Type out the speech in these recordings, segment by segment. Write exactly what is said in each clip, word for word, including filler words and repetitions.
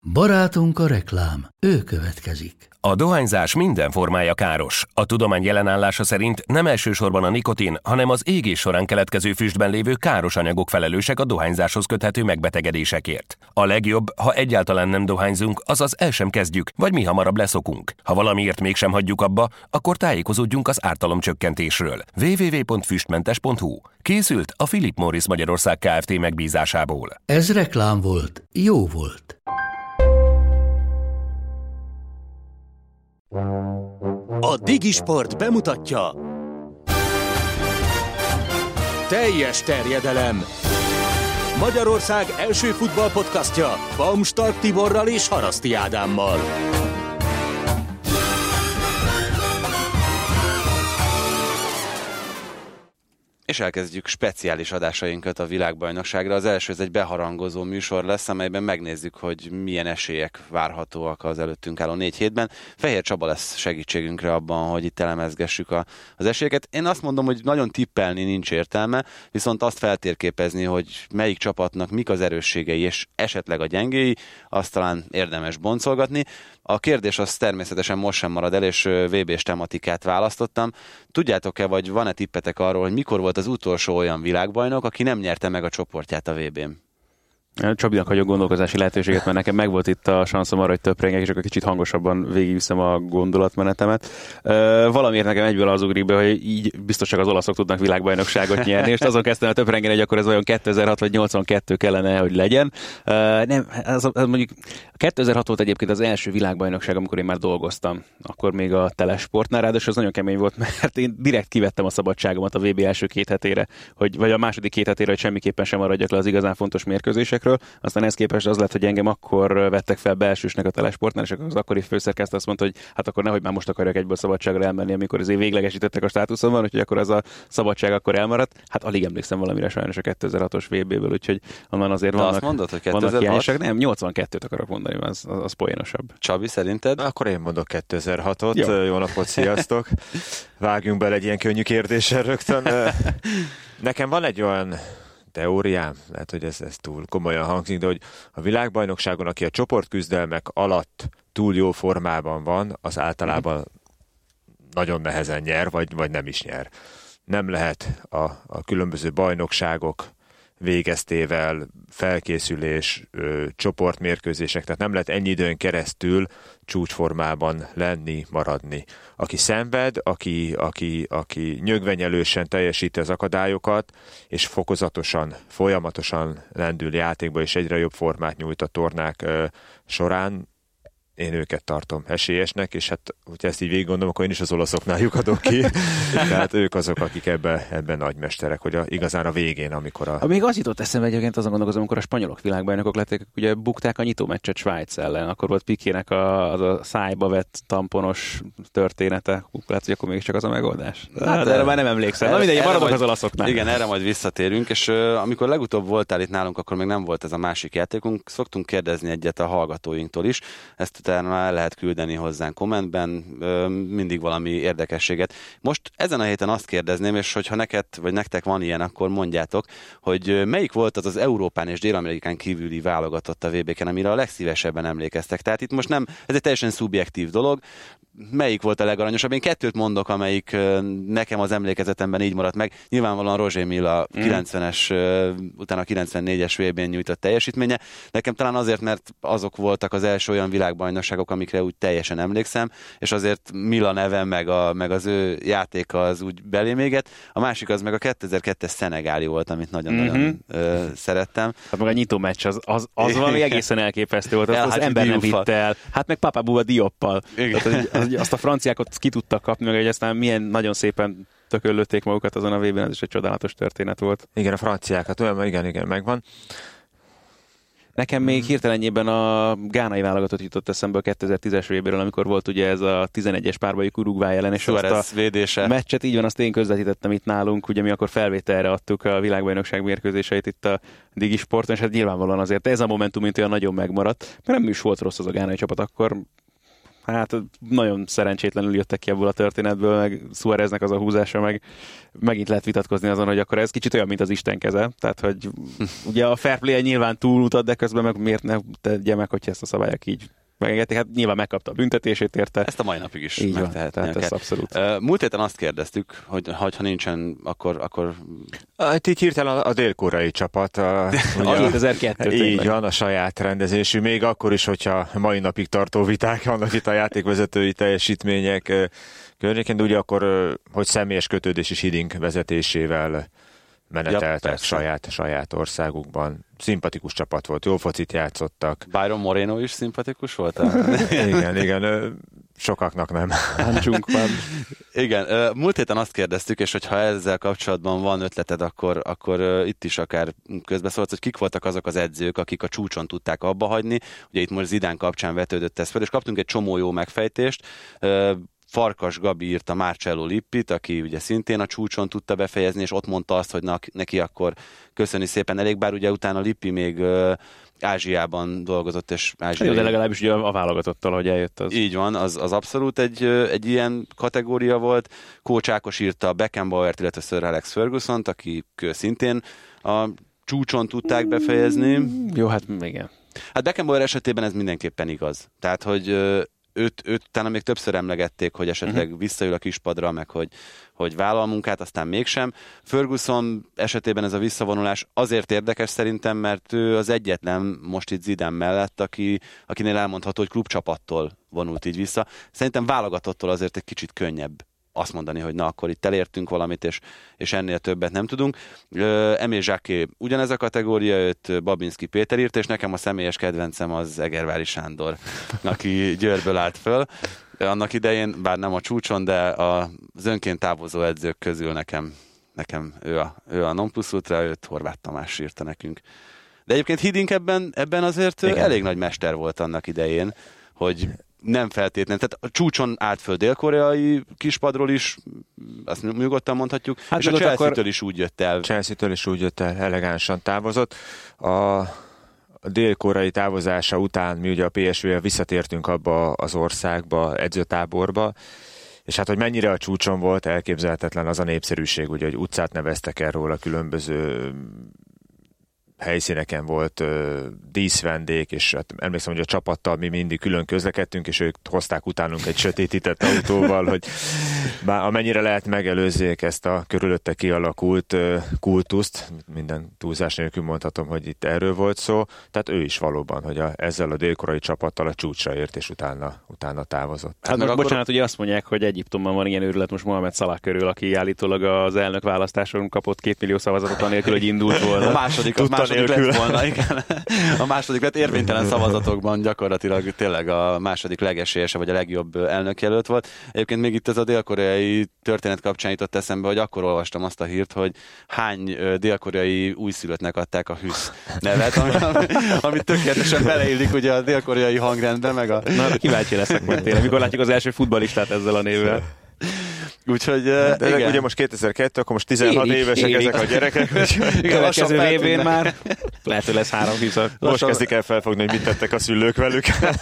Barátunk a reklám, ő következik. A dohányzás minden formája káros. A tudomány jelenállása szerint nem elsősorban a nikotin, hanem az égés során keletkező füstben lévő káros anyagok felelősek a dohányzáshoz köthető megbetegedésekért. A legjobb, ha egyáltalán nem dohányzunk, azaz el sem kezdjük, vagy mi hamarabb leszokunk. Ha valamiért mégsem hagyjuk abba, akkor tájékozódjunk az ártalomcsökkentésről. double-u double-u double-u pont füstmentes pont hu. Készült a Philip Morris Magyarország Kft. Megbízásából. Ez reklám volt, jó volt. A Digisport bemutatja Teljes terjedelem Magyarország első futballpodcastja Baumstark Tiborral és Haraszti Ádámmal. És elkezdjük speciális adásainkat a világbajnokságra. Az első, ez egy beharangozó műsor lesz, amelyben megnézzük, hogy milyen esélyek várhatóak az előttünk álló négy hétben. Fehér Csaba lesz segítségünkre abban, hogy itt elemezgessük a, az esélyeket. Én azt mondom, hogy nagyon tippelni nincs értelme, viszont azt feltérképezni, hogy melyik csapatnak mik az erősségei és esetleg a gyengéi, azt talán érdemes boncolgatni. A kérdés az természetesen most sem marad el, és vé bés tematikát választottam. Tudjátok-e, vagy van-e tippetek arról, hogy mikor volt az utolsó olyan világbajnok, aki nem nyerte meg a csoportját a vé bén? Csabinak hagyok gondolkozási lehetőséget, mert nekem megvolt itt a sanszom arra, hogy töprengek, és akkor kicsit hangosabban végigviszem a gondolatmenetemet. Valamiért nekem egyből az ugrik be, hogy így biztos csak az olaszok tudnak világbajnokságot nyerni, és azon kezdtem a töprengeni, hogy akkor ez olyan kétezer-hat vagy nyolcvankettő kellene, hogy legyen. Nem, az, az mondjuk kétezer-hat volt egyébként az első világbajnokság, amikor én már dolgoztam. Akkor még a Telesportnál, ráadásul az nagyon kemény volt, mert én direkt kivettem a szabadságomat a vé bé első két hetére, hogy, vagy a második két hetére, hogy semmiképpen sem maradjak le az igazán fontos mérkőzésekről. Aztán ez képest az lett, hogy engem akkor vettek fel belsősnek a Telesportnál, és az akkori főszerkesztő azt mondta, hogy hát akkor nehogy már most akarjak egyből szabadságra elmenni, amikor azért véglegesítettek a státuszomban, úgyhogy akkor az a szabadság akkor elmaradt. Hát alig emlékszem valamire sajnos a kétezer-hatos vé béből, úgyhogy onnan azért De vannak, azt mondod, hogy vannak hiányosság. Nem, nyolcvankettőt akarok mondani, az, az, az poénosabb. Csabi, szerinted? Akkor én mondok kétezer-hatot. Jó, Jó napot, sziasztok! Vágjunk bele egy ilyen könnyű kérdéssel rögtön. Nekem van egy olyan teóriám, lehet, hogy ez, ez túl komolyan hangzik, de hogy a világbajnokságon, aki a csoportküzdelmek alatt túl jó formában van, az általában nagyon nehezen nyer, vagy, vagy nem is nyer. Nem lehet a, a különböző bajnokságok végeztével, felkészülés, ö, csoportmérkőzések, tehát nem lehet ennyi időn keresztül csúcsformában lenni, maradni. Aki szenved, aki, aki, aki nyögvenyelősen teljesíti az akadályokat, és fokozatosan, folyamatosan lendül játékba, és egyre jobb formát nyújt a tornák ö, során, én őket tartom esélyesnek, és hát, hogyha ezt így végig gondolom, akkor én is az olaszoknál lyukadok ki. Tehát ők azok, akik ebben ebbe nagymesterek, hogy a, igazán a végén, amikor a... Még az jutott eszembe egyébként, azon gondolkozom, amikor a spanyolok világbajnokok lettek, ugye bukták a nyitómeccset Svájc ellen, akkor volt Pikének a, az a szájba vett tamponos története. Lehet, hogy akkor mégiscsak az a megoldás. Hát, de erre már nem emlékszem. Na mindegy, maradok az olaszoknál. Igen, erre majd visszatérünk, és uh, amikor legutóbb voltál itt nálunk, akkor még nem volt ez a másik játékunk. Szoktunk kérdezni egyet a hallgatóinktól is. Ezt utána el lehet küldeni hozzánk kommentben, mindig valami érdekességet. Most ezen a héten azt kérdezném, és hogyha neked vagy nektek van ilyen, akkor mondjátok, hogy melyik volt az az Európán és Dél-Amerikán kívüli válogatott a vé béken, amire a legszívesebben emlékeztek. Tehát itt most nem, ez egy teljesen szubjektív dolog. Melyik volt a legaranyosabb? Én kettőt mondok, amelyik nekem az emlékezetemben így maradt meg. Nyilvánvalóan Roger Milla mm. kilencvenes, utána a kilencvennégyes vé bén nyújtott teljesítménye. Nekem talán azért, mert azok voltak az első olyan világbajnokságok, amikre úgy teljesen emlékszem, és azért Milla neve, meg, a, meg az ő játéka az úgy belém égett. A másik az meg a kétezer-kettes szenegáli volt, amit nagyon-nagyon mm-hmm. ö, szerettem. Hát meg a nyitó meccs, az, az, az valami egészen elképesztő volt. Az, az ember nem vitte el. Hát meg Papa Bouba Dioppal. Azt a franciákat ki tudtak kapni, meg hogy aztán milyen nagyon szépen tököllötték magukat azon a vé bén, ez is egy csodálatos történet volt. Igen, a franciákat, olyan, igen, igen, megvan. Nekem még hirtelenjében a gánai válogatott jutott eszembe a kétezer-tízes vé béről, amikor volt ugye ez a tizenegyes párbajük Uruguay ellen, és Suárez azt a védése. Meccset, így van, azt én közvetítettem itt nálunk, ugye mi akkor felvételre adtuk a világbajnokság mérkőzéseit itt a Digisporton, és hát nyilvánvalóan azért ez a momentum, mint olyan nagyon megmaradt, mert nem is volt rossz az a gánai csapat akkor. hát nagyon szerencsétlenül jöttek ki ebből a történetből, meg Suáreznek az a húzása, meg megint lehet vitatkozni azon, hogy akkor ez kicsit olyan, mint az Isten keze. Tehát, hogy ugye a fair play nyilván túlmutat, de közben meg miért ne tegye meg, hogyha ezt a szabályok így megengedték. Hát nyilván megkapta a büntetését érte. Ezt a mai napig is így megtehetnél. Tehát ez abszolút. Uh, múlt héten azt kérdeztük, hogy ha nincsen, akkor... akkor... Hát így hirtelen a dél-koreai csapat. A, ugye, kétezer-kettő így van, a saját rendezésű. Még akkor is, hogyha mai napig tartó viták vannak itt a játékvezetői teljesítmények környékén, de ugye akkor, hogy személyes kötődés is Hiddink vezetésével meneteltek ja, saját, saját országukban. Szimpatikus csapat volt, jó focit játszottak. Byron Moreno is szimpatikus volt? igen, igen, sokaknak nem. Igen, múlt héten azt kérdeztük, és hogyha ezzel kapcsolatban van ötleted, akkor, akkor itt is akár közbeszólsz, hogy kik voltak azok az edzők, akik a csúcson tudták abba hagyni. Ugye itt most Zidane kapcsán vetődött ez fel, és kaptunk egy csomó jó megfejtést. Farkas Gabi írta Marcello Lippit, aki ugye szintén a csúcson tudta befejezni, és ott mondta azt, hogy na, neki akkor köszöni szépen elég, bár ugye utána Lippi még uh, Ázsiában dolgozott, és Ázsiai... De legalábbis ugye a válogatottal, hogy eljött az. Így van, az, az abszolút egy, egy ilyen kategória volt. Kócs Ákos írta Beckenbauert, illetve Sir Alex Fergusont, akik szintén a csúcson tudták befejezni. Jó, hát igen. Hát Beckenbauer esetében ez mindenképpen igaz. Tehát, hogy őt, őt utána még többször emlegették, hogy esetleg uh-huh. visszaül a kispadra, meg hogy, hogy vállal munkát, aztán mégsem. Ferguson esetében ez a visszavonulás azért érdekes szerintem, mert ő az egyetlen most itt Zidane mellett, aki, akinél elmondható, hogy klubcsapattól vonult így vissza. Szerintem válogatottól azért egy kicsit könnyebb azt mondani, hogy na, akkor itt elértünk valamit, és, és ennél többet nem tudunk. Emil Jacquet ugyanez a kategória, őt Babinski Péter írt, és nekem a személyes kedvencem az Egervári Sándor, aki Győrből állt föl. Annak idején, bár nem a csúcson, de az önként távozó edzők közül nekem, nekem ő a, ő a non plus ultra, őt Horváth Tamás írta nekünk. De egyébként Hiddink ebben, ebben azért igen. elég nagy mester volt annak idején, hogy nem feltétlenül. Tehát a csúcson állt föl dél-koreai kispadról is, azt nyugodtan mondhatjuk, hát és a Chelsea-től akkor... is úgy jött el. Chelsea-től is úgy jött el, elegánsan távozott. A, a dél-koreai távozása után mi ugye a pé es vé-vel visszatértünk abba az országba, edzőtáborba, és hát, hogy mennyire a csúcson volt, elképzelhetetlen az a népszerűség, ugye, hogy utcát neveztek el róla, különböző helyszíneken volt uh, díszvendég, és hát emlékszem, hogy a csapattal mi mindig külön közlekedtünk, és ők hozták utánunk egy sötétített autóval, hogy bár amennyire lehet megelőzzék ezt a körülötte kialakult uh, kultuszt, minden túlzás nélkül mondhatom, hogy itt erről volt szó, tehát ő is valóban, hogy a, ezzel a dél-koreai csapattal a csúcsra ért, és utána, utána távozott. Hát most akkor... bocsánat, ugye azt mondják, hogy Egyiptomban van ilyen őrület most Mohamed Salah körül, aki állítólag az elnök választáson kapott két millió szavazatot anélkül, hogy indult volna. A második, a második lett volna, igen. A második lett érvénytelen szavazatokban gyakorlatilag tényleg a második legesélyese, vagy a legjobb elnökjelölt volt. Egyébként még itt ez a dél-koreai történet kapcsán jutott eszembe, hogy akkor olvastam azt a hírt, hogy hány dél-koreai újszülöttnek adták a Hüsz nevet, ami, ami, ami tökéletesen beleillik ugye a dél-koreai hangrendbe, meg a... Na, kíváncsi leszek majd tényleg, mikor látjuk az első futballistát ezzel a névvel. Úgyhogy, de ezek ugye most kétezer-kettő, akkor most tizenhat érik, évesek érik. Ezek a gyerekek. Következő évén már lehet, hogy lesz három hiszak. Most kezdik el felfogni, hogy mit tettek a szülők velük.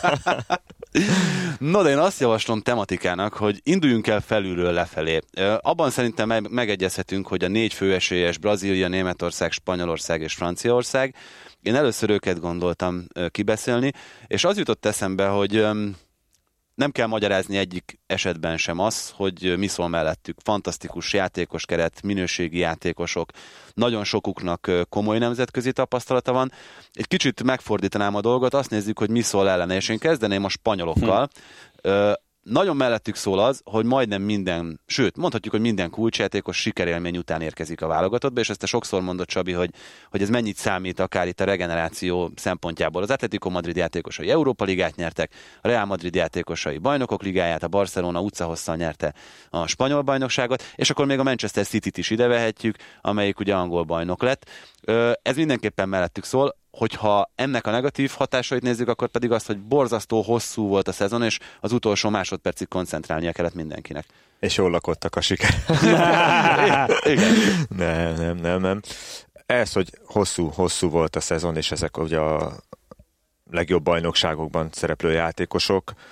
No, de én azt javaslom tematikának, hogy induljunk el felülről lefelé. Abban szerintem megegyezhetünk, hogy a négy főesélyes Brazília, Németország, Spanyolország és Franciaország. Én először őket gondoltam kibeszélni, és az jutott eszembe, hogy nem kell magyarázni egyik esetben sem az, hogy mi szól mellettük. Fantasztikus játékos keret, minőségi játékosok, nagyon sokuknak komoly nemzetközi tapasztalata van. Egy kicsit megfordítanám a dolgot, azt nézzük, hogy mi szól ellene, és én kezdeném a spanyolokkal. Hm. Nagyon mellettük szól az, hogy majdnem minden, sőt, mondhatjuk, hogy minden kulcsjátékos sikerélmény után érkezik a válogatottba, és ezt te sokszor mondott, Csabi, hogy, hogy ez mennyit számít akár itt a regeneráció szempontjából. Az Atletico Madrid játékosai Európa Ligát nyertek, a Real Madrid játékosai Bajnokok Ligáját, a Barcelona utcahosszal nyerte a spanyol bajnokságot, és akkor még a Manchester Cityt is ide vehetjük, amelyik ugye angol bajnok lett. Ez mindenképpen mellettük szól. Hogyha ennek a negatív hatásait nézzük, akkor pedig azt, hogy borzasztó hosszú volt a szezon, és az utolsó másodpercig koncentrálnia kellett mindenkinek. És jól lakottak a siker. Igen. Nem, nem, nem, nem. Ez, hogy hosszú, hosszú volt a szezon, és ezek ugye a legjobb bajnokságokban szereplő játékosok,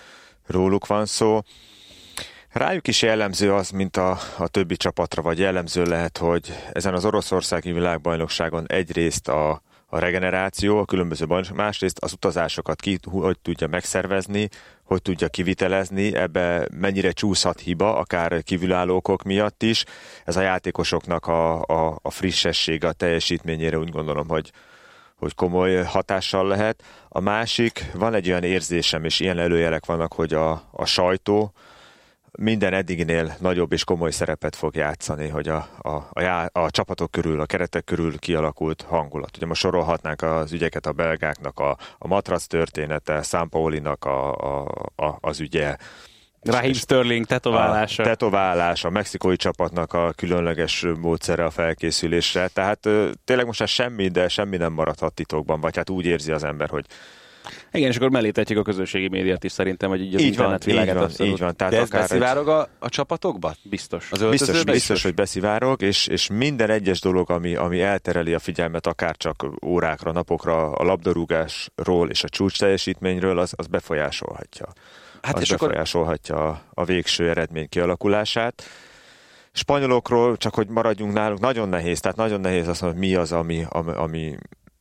róluk van szó. Rájuk is jellemző az, mint a, a többi csapatra, vagy jellemző lehet, hogy ezen az oroszországi világbajnokságon egyrészt a, a regeneráció, a különböző bajnokság, másrészt az utazásokat ki, hogy tudja megszervezni, hogy tudja kivitelezni, ebbe mennyire csúszhat hiba, akár kívülálló okok miatt is. Ez a játékosoknak a, a, a frissessége, a teljesítményére úgy gondolom, hogy hogy komoly hatással lehet. A másik, van egy olyan érzésem, és ilyen előjelek vannak, hogy a, a sajtó minden eddiginél nagyobb és komoly szerepet fog játszani, hogy a, a, a, a csapatok körül, a keretek körül kialakult hangulat. Ugye most sorolhatnánk az ügyeket a belgáknak, a, a matrac története, Sampaolinak a, a, a, az ügye, Raheem Sterling tetoválása. A tetoválás, a mexikói csapatnak a különleges módszere a felkészülésre. Tehát tényleg most már semmi, de semmi nem maradhat titokban, vagy hát úgy érzi az ember, hogy igen, és akkor mellé tetjük a közösségi médiát is szerintem, hogy így az így internet van, világát így van, abszolút. így van. Tehát de ez akár beszivárog a, a csapatokba? Biztos. Az biztos, biztos, biztos, hogy beszivárog, és, és minden egyes dolog, ami, ami eltereli a figyelmet akár csak órákra, napokra a labdarúgásról és a csúcs teljesítményről, az, az befolyásolhatja. Hát az és befolyásolhatja akkor a, a végső eredmény kialakulását. Spanyolokról, csak hogy maradjunk náluk, nagyon nehéz, tehát nagyon nehéz azt mondani, hogy mi az, ami, ami, ami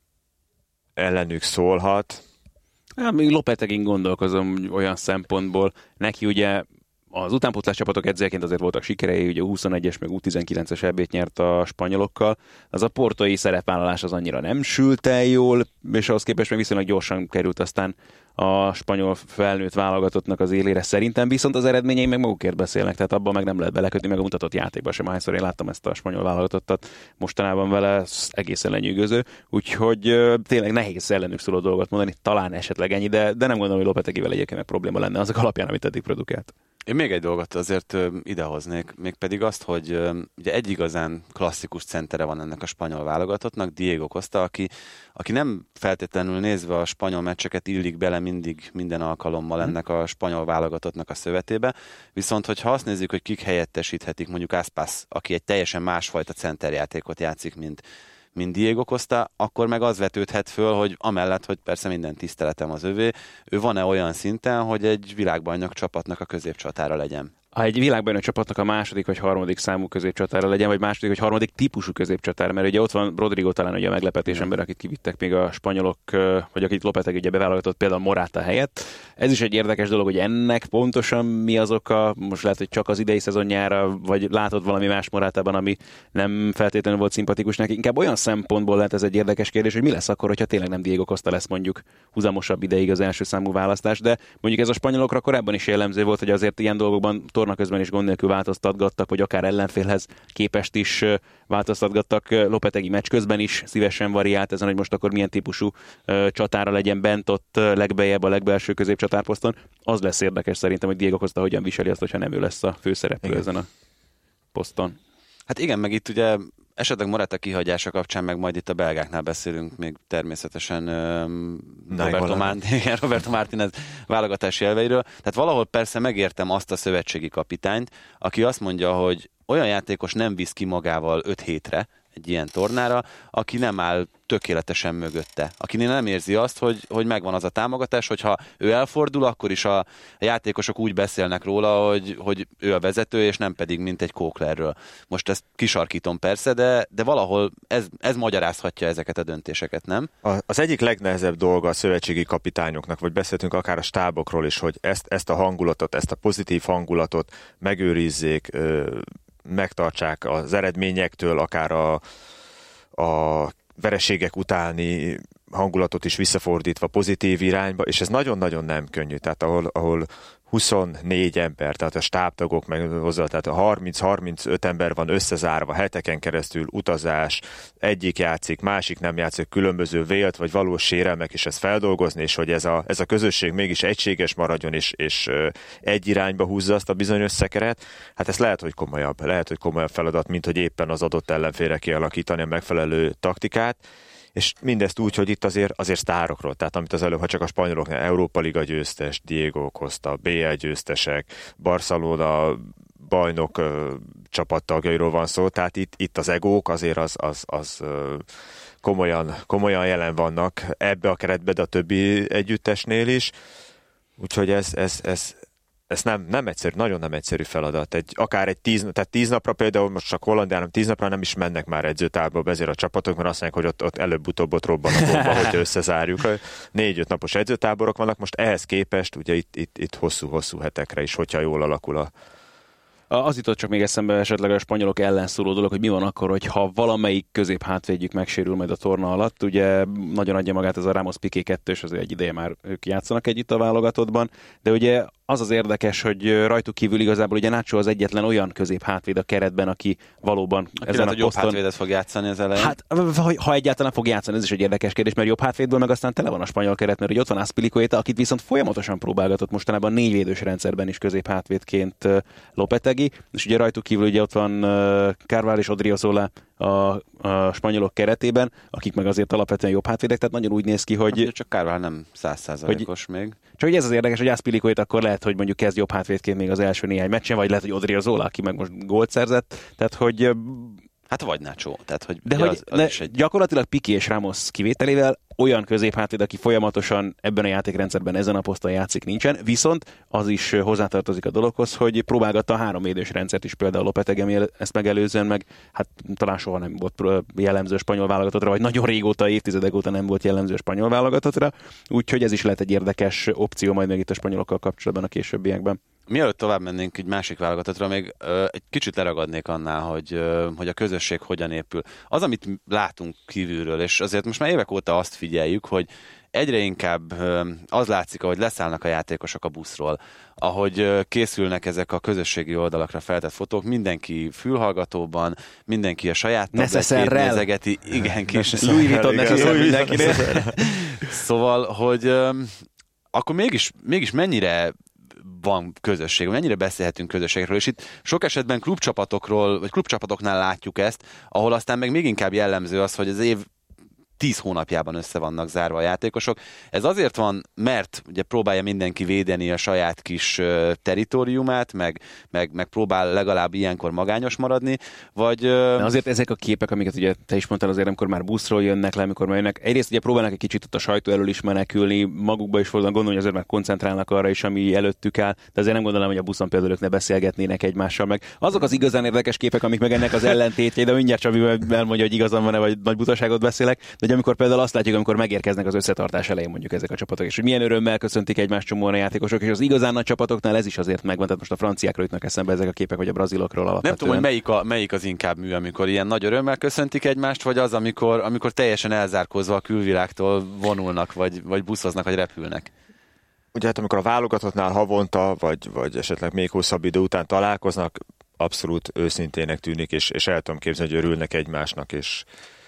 ellenük szólhat. Hát még Lopetegin gondolkozom olyan szempontból. Neki ugye az utánpótlás csapatok edzőjeként azért voltak sikerei, ugye huszonegyes meg U tizenkilences é bét nyert a spanyolokkal. Az a portói szerepvállalás az annyira nem sült el jól, és ahhoz képest meg viszonylag gyorsan került aztán a spanyol felnőtt válogatottnak az élére szerintem, viszont az eredményei meg magukért beszélnek, tehát abban meg nem lehet belekötni, meg a mutatott játékban sem. Hányszor én láttam ezt a spanyol válogatottat mostanában vele, egészen lenyűgöző, úgyhogy uh, tényleg nehéz ellenük szóló dolgot mondani, talán esetleg ennyi, de, de nem gondolom, hogy Lopetegivel egyébként meg probléma lenne azok alapján, amit eddig produkált. Én még egy dolgot azért ö, idehoznék, mégpedig azt, hogy ö, ugye egy igazán klasszikus centere van ennek a spanyol válogatottnak, Diego Costa, aki, aki nem feltétlenül nézve a spanyol meccseket illik bele mindig minden alkalommal ennek a spanyol válogatottnak a szövetébe, viszont hogyha azt nézzük, hogy kik helyettesíthetik mondjuk Aspas, aki egy teljesen másfajta centerjátékot játszik, mint mint Diego Costa, akkor meg az vetődhet föl, hogy amellett, hogy persze minden tiszteletem az övé, ő van-e olyan szinten, hogy egy világbajnok csapatnak a középcsatára legyen? Ha egy világbajnok csapatnak a második vagy harmadik számú középcsatára legyen, vagy második vagy harmadik típusú középcsatára, mert ugye ott van Rodrigo talán ugye a meglepetés ember, akit kivittek még a spanyolok, vagy akit Lopetegui ugye beválogatott például Morata helyett. Ez is egy érdekes dolog, hogy ennek pontosan mi az oka, most lehet, hogy csak az idei szezonjára, vagy látod valami más Moratában, ami nem feltétlenül volt szimpatikus neki. Inkább olyan szempontból lehet ez egy érdekes kérdés, hogy mi lesz akkor, hogyha tényleg nem Diego Costa lesz mondjuk húzamosabb ideig az első számú választás, de mondjuk ez a spanyolokra korábban is jellemző volt, hogy azért ilyen dolgokban torna közben is gond nélkül változtatgattak, vagy akár ellenfélhez képest is változtatgattak. Lopetegui meccs közben is szívesen variált ezen, hogy most akkor milyen típusú uh, csatára legyen bent ott uh, legbejebb a legbelső középcsatárposzton. Az lesz érdekes szerintem, hogy Diego Costa hogyan viseli azt, hogyha nem ő lesz a főszereplő igen. ezen a poszton. Hát igen, meg itt ugye esetleg Morata kihagyása kapcsán, meg majd itt a belgáknál beszélünk még természetesen um, Roberto, Martínez, Roberto Martínez válogatási elveiről. Tehát valahol persze megértem azt a szövetségi kapitányt, aki azt mondja, hogy olyan játékos nem visz ki magával öt hétre egy ilyen tornára, aki nem áll tökéletesen mögötte. Akinél nem érzi azt, hogy, hogy megvan az a támogatás, hogyha ő elfordul, akkor is a, a játékosok úgy beszélnek róla, hogy, hogy ő a vezető, és nem pedig mint egy Kóklerről. Most ezt kisarkítom persze, de, de valahol ez, ez magyarázhatja ezeket a döntéseket, nem? Az egyik legnehezebb dolga a szövetségi kapitányoknak, vagy beszéltünk akár a stábokról is, hogy ezt, ezt a hangulatot, ezt a pozitív hangulatot megőrizzék, megtartsák az eredményektől, akár a, a vereségek utáni hangulatot is visszafordítva pozitív irányba, és ez nagyon-nagyon nem könnyű. Tehát ahol, ahol huszonnégy ember, tehát a stábtagok meg hozzá, tehát a harminc-harmincöt ember van összezárva heteken keresztül, utazás, egyik játszik, másik nem játszik, különböző vélt vagy valós sérelmek, és ezt feldolgozni, és hogy ez a, ez a közösség mégis egységes maradjon, és, és egy irányba húzza azt a bizonyos szekeret, hát ez lehet, hogy komolyabb, lehet, hogy komolyabb feladat, mint hogy éppen az adott ellenfélre kialakítani a megfelelő taktikát, és mindezt úgy, hogy itt azért, azért sztárokról, tehát amit az előbb, ha csak a spanyoloknál, Európa Liga győztes, Diego Costa, bé el győztesek, Barcelona bajnok ö, csapattagjairól van szó, tehát itt, itt az egók azért az, az, az ö, komolyan, komolyan jelen vannak ebbe a keretbe, de a többi együttesnél is, úgyhogy ez, ez, ez ez nem, nem egyszerű, nagyon nem egyszerű feladat. Egy, akár egy tíz, tehát tíz napra például, most csak Hollandiának tíz napra nem is mennek már edzőtárba bezér a csapatok, mert azt mondják, hogy ott, ott előbb-utóbb ott robban a bomba, hogy összezárjuk. Négy-öt napos edzőtáborok vannak, most ehhez képest ugye itt, itt, itt hosszú-hosszú hetekre is, hogyha jól alakul a Az jutott csak még eszembe esetleg a spanyolok ellen szóló dolog, hogy mi van akkor, hogyha valamelyik középhátvédjük megsérül majd a torna alatt. Ugye nagyon adja magát ez a Ramos Piqué kettős, azért egy ideje már ők játszanak együtt a válogatottban, de ugye az az érdekes, hogy rajtuk kívül igazából ugye Nacho az egyetlen olyan középhátvéd a keretben, aki valóban aki ezen lehet, a poszton... jobb hátvédet fog játszani az elején. Hát, ha, ha egyáltalán fog játszani, ez is egy érdekes kérdés, mert jobb hátvédből meg aztán tele van a spanyol keret, mert hogy ott van Azpilicueta, akit viszont folyamatosan próbálgatott mostanában négy védős rendszerben is középhátvédként Lopetegui, és ugye rajtuk kívül ugye ott van Carvajal és Odriozola a, a spanyolok keretében, akik meg azért alapvetően jobb hátvédek, tehát nagyon úgy néz ki, hogy... Csak Carvajal nem száz százalékos még. Csak hogy ez az érdekes, hogy Azpilicueta akkor lehet, hogy mondjuk kezd jobb hátvédként még az első néhány meccsen, vagy lehet, hogy Odriozola, aki meg most gólt szerzett, tehát hogy... Hát vagy Nacho, tehát hogy, de hogy az, az ne, is egy... gyakorlatilag Piqué és Ramos kivételével olyan középhátvéd, aki folyamatosan ebben a játékrendszerben ezen a poszton játszik, nincsen, viszont az is hozzátartozik a dologhoz, hogy próbálgatta a három védős rendszert is például Lopetegui ezt megelőzően, meg hát talán soha nem volt jellemző spanyol válogatottra, vagy nagyon régóta, évtizedek óta nem volt jellemző spanyol válogatottra, úgyhogy ez is lehet egy érdekes opció majd még itt a spanyolokkal kapcsolatban a későbbiekben. Mielőtt tovább mennénk egy másik válogatatra, még ö, egy kicsit leragadnék annál, hogy, ö, hogy a közösség hogyan épül. Az, amit látunk kívülről, és azért most már évek óta azt figyeljük, hogy egyre inkább ö, az látszik, ahogy leszállnak a játékosok a buszról, ahogy ö, készülnek ezek a közösségi oldalakra feltett fotók, mindenki fülhallgatóban, mindenki a saját tabletjét nézegeti, igen, kis Louis Vuitton necesszer mindenkinél. Szóval, hogy ö, akkor mégis, mégis mennyire van közösség, mennyire beszélhetünk közösségről, és itt sok esetben klubcsapatokról, vagy klubcsapatoknál látjuk ezt, ahol aztán meg még inkább jellemző az, hogy az év tíz hónapjában össze vannak zárva a játékosok. Ez azért van, mert ugye próbálja mindenki védeni a saját kis uh, teritoriumát, meg, meg, meg próbál legalább ilyenkor magányos maradni, vagy... Uh... De azért ezek a képek, amiket ugye te is mondtál azért, amikor már buszról jönnek le, amikor már jönnek, egyrészt ugye próbálnak egy kicsit ott a sajtó elől is menekülni, magukba is fognak gondolni, hogy azért már koncentrálnak arra is, ami előttük áll, de azért nem gondolom, hogy a buszon például ők ne beszélgetnének egymással meg. Azok az igazán érdekes képek, amik meg ennek az ellentétjei, de mindjárt Csabi elmondja, hogy igazam van-e, vagy nagy butaságot beszélek, de amikor például azt látjuk, amikor megérkeznek az összetartás elején mondjuk ezek a csapatok, és hogy milyen örömmel köszöntik egymást csomóan a játékosok, és az igazán nagy csapatoknál ez is azért megvan, tehát most a franciákról jutnak eszembe ezek a képek, vagy a brazilokról alapvetően. Nem tudom, hogy melyik, a, melyik az inkább mű, amikor ilyen nagy örömmel köszöntik egymást, vagy az, amikor, amikor teljesen elzárkózva a külvilágtól vonulnak, vagy, vagy buszoznak, vagy repülnek. Ugye hát amikor a válogatottnál havonta, vagy, vagy esetleg még hosszabb idő után találkoznak, abszolút őszintének tűnik, és, és el tudom képzelni, hogy örülnek egymásnak, és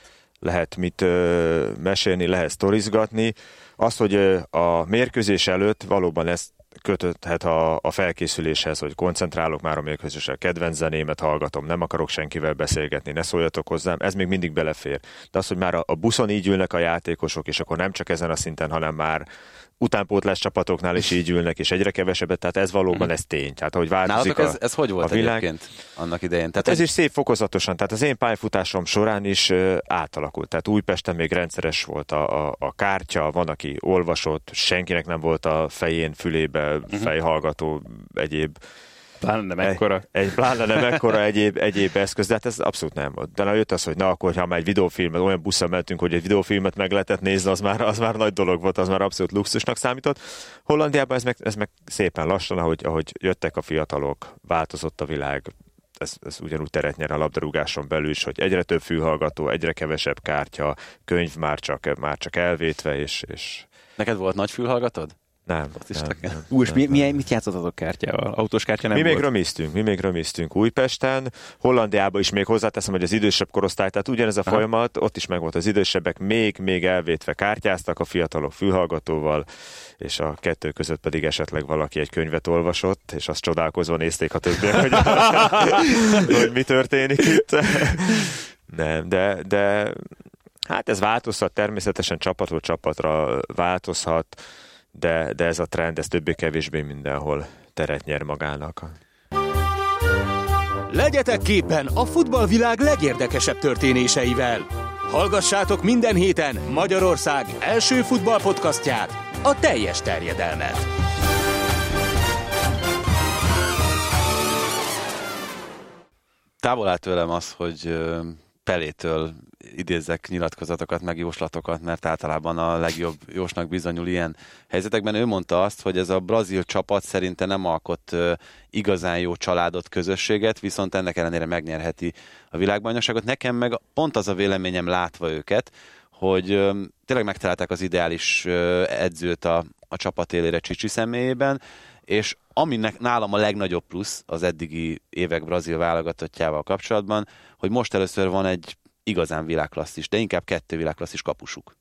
lehet mit ö, mesélni, lehet sztorizgatni. Az, hogy ö, a mérkőzés előtt valóban ezt kötöthet a, a felkészüléshez, hogy koncentrálok már a mérkőzésre, a kedvenc zenémet hallgatom, nem akarok senkivel beszélgetni, ne szóljatok hozzám, ez még mindig belefér. De az, hogy már a, a buszon így ülnek a játékosok, és akkor nem csak ezen a szinten, hanem már utánpótlás csapatoknál is így ülnek, és egyre kevesebbet, tehát ez valóban ez tény. Tehát, ahogy változik ez, ez hogy volt a világ, egyébként annak idején? Tehát ez egy... is szép fokozatosan, tehát az én pályafutásom során is uh, átalakult. Tehát Újpesten még rendszeres volt a, a, a kártya, van, aki olvasott, senkinek nem volt a fején, fülébe, fejhallgató, egyéb Pláne nem ekkora. Egy, egy, pláne nem ekkora egyéb, egyéb eszköz, de hát ez abszolút nem volt. De na jött az, hogy na akkor, ha már egy videófilmet, olyan busszal mentünk, hogy egy videófilmet meg lehetett nézni, az már, az már nagy dolog volt, az már abszolút luxusnak számított. Hollandiában ez meg, ez meg szépen lassan, ahogy, ahogy jöttek a fiatalok, változott a világ, ez, ez ugyanúgy teret nyer a labdarúgáson belül is, hogy egyre több fülhallgató, egyre kevesebb kártya, könyv már csak, már csak elvétve, és, és... Neked volt nagy fülhallgatod? Nem, nem, nem. Ú, és mi, mi, mit játszottatok kártyával? Autós kártya nem mi volt? Még römisztünk, mi még römisztünk Újpesten, Hollandiában is még hozzáteszem, hogy az idősebb korosztály, tehát ugyanez a Aha. folyamat, ott is megvolt az idősebbek, még, még elvétve kártyáztak, a fiatalok fülhallgatóval, és a kettő között pedig esetleg valaki egy könyvet olvasott, és azt csodálkozva nézték a többiek, hogy, hogy mi történik itt. Nem, de, de hát ez változhat, természetesen csapatról csapatra változhat, De, de ez a trend, ez többé-kevésbé mindenhol teret nyer magának. Legyetek képen a futballvilág legérdekesebb történéseivel. Hallgassátok minden héten Magyarország első futballpodcastját, a Teljes terjedelmet. Távol áll tőlem az, hogy Pelétől idézzek nyilatkozatokat, meg jóslatokat, mert általában a legjobb jósnak bizonyul ilyen helyzetekben. Ő mondta azt, hogy ez a brazil csapat szerinte nem alkot igazán jó családot, közösséget, viszont ennek ellenére megnyerheti a világbajnokságot. Nekem meg pont az a véleményem látva őket, hogy tényleg megtalálták az ideális edzőt a, a csapat élére Csicsi személyében, és aminek nálam a legnagyobb plusz az eddigi évek brazil válogatottjával kapcsolatban, hogy most először van egy igazán világklasszis, de inkább kettő világklasszis kapusuk.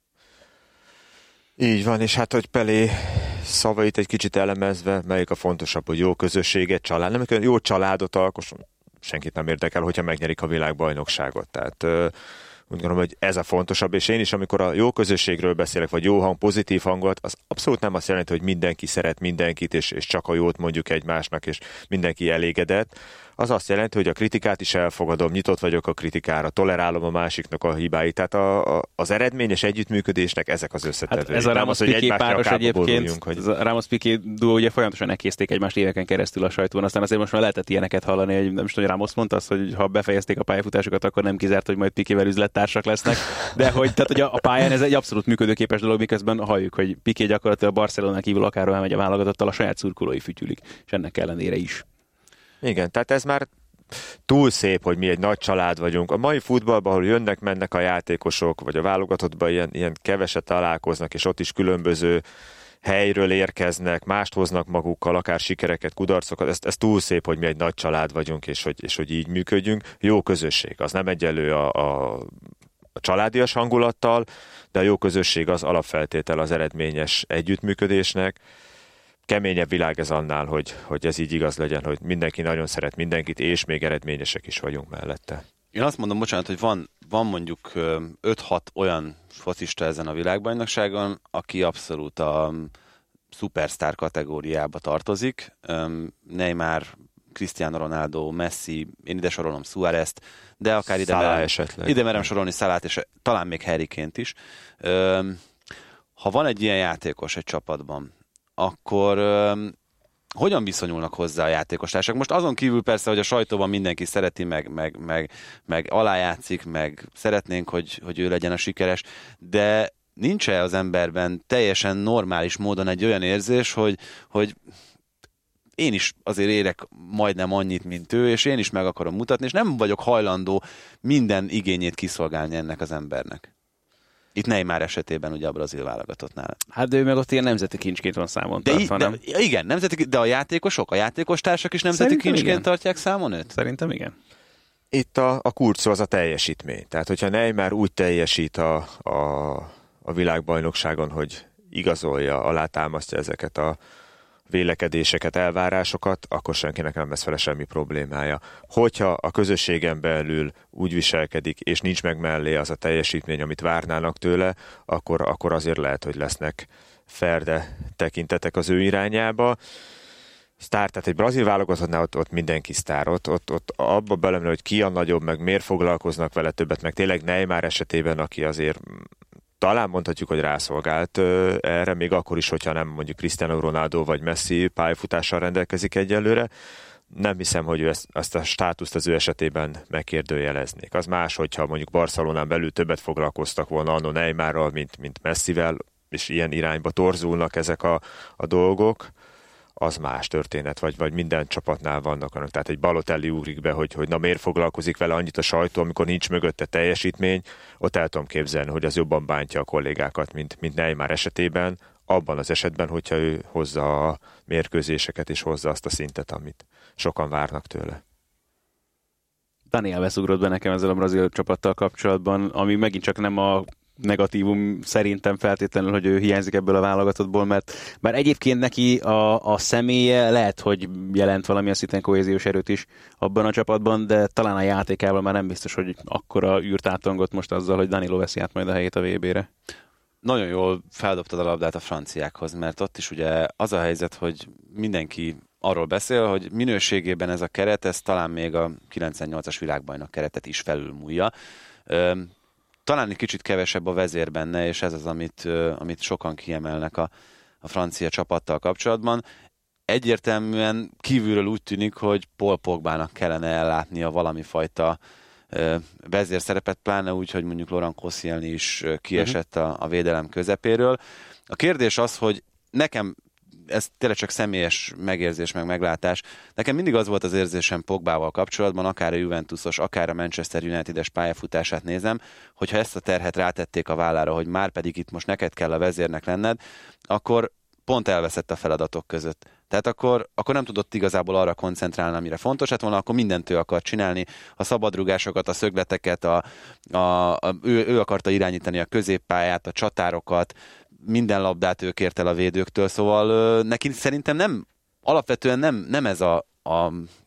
Így van, és hát, hogy Pelé szavait egy kicsit elemezve, melyik a fontosabb, hogy jó közösséget, család, nem kell jó családot alkos, senkit nem érdekel, hogyha megnyerik a világbajnokságot. Tehát úgy gondolom, hogy ez a fontosabb, és én is, amikor a jó közösségről beszélek, vagy jó hang, pozitív hangot, az abszolút nem azt jelenti, hogy mindenki szeret mindenkit, és, és csak a jót mondjuk egymásnak, és mindenki elégedett. Az azt jelenti, hogy a kritikát is elfogadom, nyitott vagyok a kritikára, tolerálom a másiknak a hibáit. Tehát a, a, az eredményes együttműködésnek ezek az összetevői. Hát ez a Ramos-Piqué páros egyébként, hogy... a Ramos-Piqué duó ugye folyamatosan elkészték egymást éveken keresztül a sajtóban, aztán azért most már lehetett ilyeneket hallani, hogy nem is tudom, hogy Ramos mondta azt, hogy ha befejezték a pályafutásokat, akkor nem kizárt, hogy majd Piquével üzlettársak lesznek, de hogy, tehát, hogy a, a pályán ez egy abszolút működőképes dolog, miközben halljuk, hogy Piqué gyakorlatilag a Barcelonán kívül akárhol megy a válogatottal, a saját szurkolói fütyülik, és ennek ellenére is. Igen, tehát ez már túl szép, hogy mi egy nagy család vagyunk. A mai futballban, ahol jönnek-mennek a játékosok, vagy a válogatottban ilyen, ilyen keveset találkoznak, és ott is különböző helyről érkeznek, mást hoznak magukkal, akár sikereket, kudarcokat, ez, ez túl szép, hogy mi egy nagy család vagyunk, és hogy, és hogy így működjünk. Jó közösség, az nem egyenlő a, a, a családias hangulattal, de a jó közösség az alapfeltétel az eredményes együttműködésnek. Keményebb világ ez annál, hogy, hogy ez így igaz legyen, hogy mindenki nagyon szeret mindenkit, és még eredményesek is vagyunk mellette. Én azt mondom, bocsánat, hogy van, van mondjuk öt-hat olyan focista ezen a világbajnokságon, aki abszolút a szupersztár kategóriába tartozik. Neymar, Cristiano Ronaldo, Messi, én ide sorolom Suárezt, de akár ide merem, ide merem sorolni Salát, és talán még Harry Kane-t is. Ha van egy ilyen játékos egy csapatban, akkor um, hogyan viszonyulnak hozzá a játékostársak? Most azon kívül persze, hogy a sajtóban mindenki szereti, meg, meg, meg, meg alájátszik, meg szeretnénk, hogy, hogy ő legyen a sikeres, de nincs-e az emberben teljesen normális módon egy olyan érzés, hogy, hogy én is azért érek majdnem annyit, mint ő, és én is meg akarom mutatni, és nem vagyok hajlandó minden igényét kiszolgálni ennek az embernek. Itt Neymar esetében ugye a brazil válogatottnál. Hát de ő meg ott ilyen nemzeti kincsként van számon de tartva, de, nem? Igen, nemzeti, de a játékosok, a játékostársak is nemzeti Szerintem kincsként igen. tartják számon őt? Szerintem igen. Itt a, a kurcó az a teljesítmény. Tehát, hogyha Neymar úgy teljesít a, a, a világbajnokságon, hogy igazolja, alátámasztja ezeket a vélekedéseket, elvárásokat, akkor senkinek nem lesz vele semmi problémája. Hogyha a közösségen belül úgy viselkedik, és nincs meg mellé az a teljesítmény, amit várnának tőle, akkor, akkor azért lehet, hogy lesznek ferde tekintetek az ő irányába. Sztár, tehát egy brazil válogatottnál ott, ott mindenki sztár, ott, ott, ott abba belemenő, hogy ki a nagyobb, meg miért foglalkoznak vele többet, meg tényleg Neymar esetében, aki azért talán mondhatjuk, hogy rászolgált uh, erre, még akkor is, hogyha nem mondjuk Cristiano Ronaldo vagy Messi pályafutással rendelkezik egyelőre. Nem hiszem, hogy ő ezt, ezt a státuszt az ő esetében megkérdőjeleznék. Az más, hogyha mondjuk Barcelonán belül többet foglalkoztak volna anno Neymarral, mint, mint Messivel, és ilyen irányba torzulnak ezek a, a dolgok, az más történet, vagy, vagy minden csapatnál vannak annak. Tehát egy Balotelli ugrik be, hogy, hogy na miért foglalkozik vele annyit a sajtó, amikor nincs mögötte teljesítmény, ott el tudom képzelni, hogy az jobban bántja a kollégákat, mint, mint Neymar esetében, abban az esetben, hogyha ő hozza a mérkőzéseket, és hozza azt a szintet, amit sokan várnak tőle. Daniel beszugrott be nekem ezzel a brazil csapattal kapcsolatban, ami megint csak nem a negatívum szerintem feltétlenül, hogy ő hiányzik ebből a válogatottból, mert már egyébként neki a, a személye lehet, hogy jelent valamilyen szinten kohéziós erőt is abban a csapatban, de talán a játékával már nem biztos, hogy akkora űrt átongott most azzal, hogy Danilo veszi át majd a helyét a vé bére. Nagyon jól feldobtad a labdát a franciákhoz, mert ott is ugye az a helyzet, hogy mindenki arról beszél, hogy minőségében ez a keret, ez talán még a kilencvennyolcas világbajnok keretet is felülmúlja. Talán egy kicsit kevesebb a vezér benne, és ez az, amit, amit sokan kiemelnek a, a francia csapattal kapcsolatban. egyértelműen kívülről úgy tűnik, hogy Paul Pogbának kellene ellátnia valami fajta vezérszerepet, pláne úgy, hogy mondjuk Laurent Koscielny is kiesett a, a védelem közepéről. A kérdés az, hogy nekem, ez tényleg csak személyes megérzés, meg meglátás, nekem mindig az volt az érzésem Pogbával kapcsolatban, akár a Juventusos, akár a Manchester United-es pályafutását nézem, hogyha ezt a terhet rátették a vállára, hogy már pedig itt most neked kell a vezérnek lenned, akkor pont elveszett a feladatok között. Tehát akkor, akkor nem tudott igazából arra koncentrálni, amire fontos lett volna, akkor mindent ő akart csinálni, a szabadrúgásokat, a szögleteket, a, a, a, ő, ő akarta irányítani a középpályát, a csatárokat, minden labdát ő kért el a védőktől, szóval ö, neki szerintem nem, alapvetően nem, nem ez a, a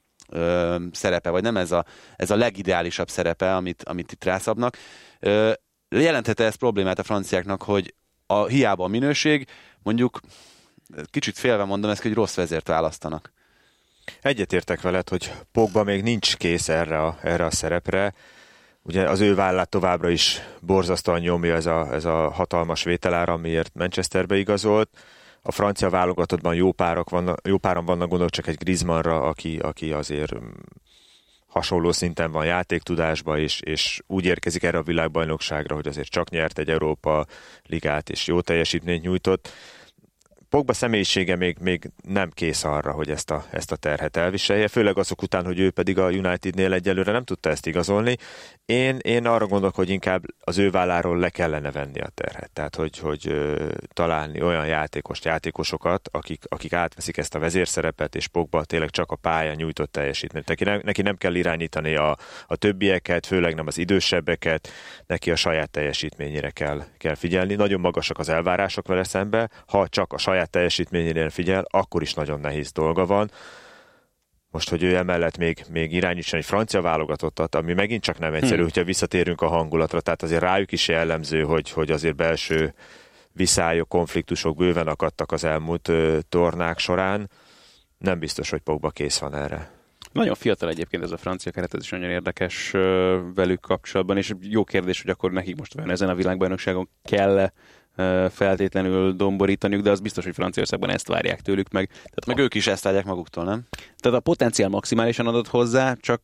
ö, szerepe, vagy nem ez a, ez a legideálisabb szerepe, amit, amit itt rászabnak. Ö, jelenthette ez problémát a franciáknak, hogy a, hiába a minőség, mondjuk kicsit félve mondom ezt, hogy rossz vezért választanak. Egyetértek veled, hogy Pogba még nincs kész erre a, erre a szerepre. Ugye az ő vállát továbbra is borzasztóan nyomja ez a, ez a hatalmas vételár, amiért Manchesterbe igazolt. A francia válogatottban jó, párok vannak, jó páran vannak, gondolok csak egy Griezmannra, aki, aki azért hasonló szinten van játéktudásban, és, és úgy érkezik erre a világbajnokságra, hogy azért csak nyert egy Európa ligát, és jó teljesítményt nyújtott. Pogba személyisége még, még nem kész arra, hogy ezt a, ezt a terhet elviselje, főleg azok után, hogy ő pedig a Unitednél egyelőre nem tudta ezt igazolni. Én, én arra gondolok, hogy inkább az ő válláról le kellene venni a terhet. Tehát, hogy, hogy ö, találni olyan játékost, játékosokat, akik, akik átveszik ezt a vezérszerepet, és Pogba tényleg csak a pályán nyújtott teljesítményt. Neki nem, neki nem kell irányítani a, a többieket, főleg nem az idősebbeket, neki a saját teljesítményére kell, kell figyelni. Nagyon magasak az elvárások vele szembe, ha csak a saját teljesítményére figyel, akkor is nagyon nehéz dolga van. Most, hogy ő emellett még, még irányítson egy francia válogatottat, ami megint csak nem egyszerű, hmm. hogyha visszatérünk a hangulatra, tehát azért rájuk is jellemző, hogy, hogy azért belső viszályok, konfliktusok bőven akadtak az elmúlt ö, tornák során. Nem biztos, hogy Pogba kész van erre. Nagyon fiatal egyébként ez a francia keret, ez is nagyon érdekes ö, velük kapcsolatban, és jó kérdés, hogy akkor nekik most vajon ezen a világbajnokságon kell feltétlenül domborítaniuk, de az biztos, hogy Franciaországban ezt várják tőlük meg. Tehát meg a... ők is ezt várják maguktól, nem? Tehát a potenciál maximálisan adott hozzá, csak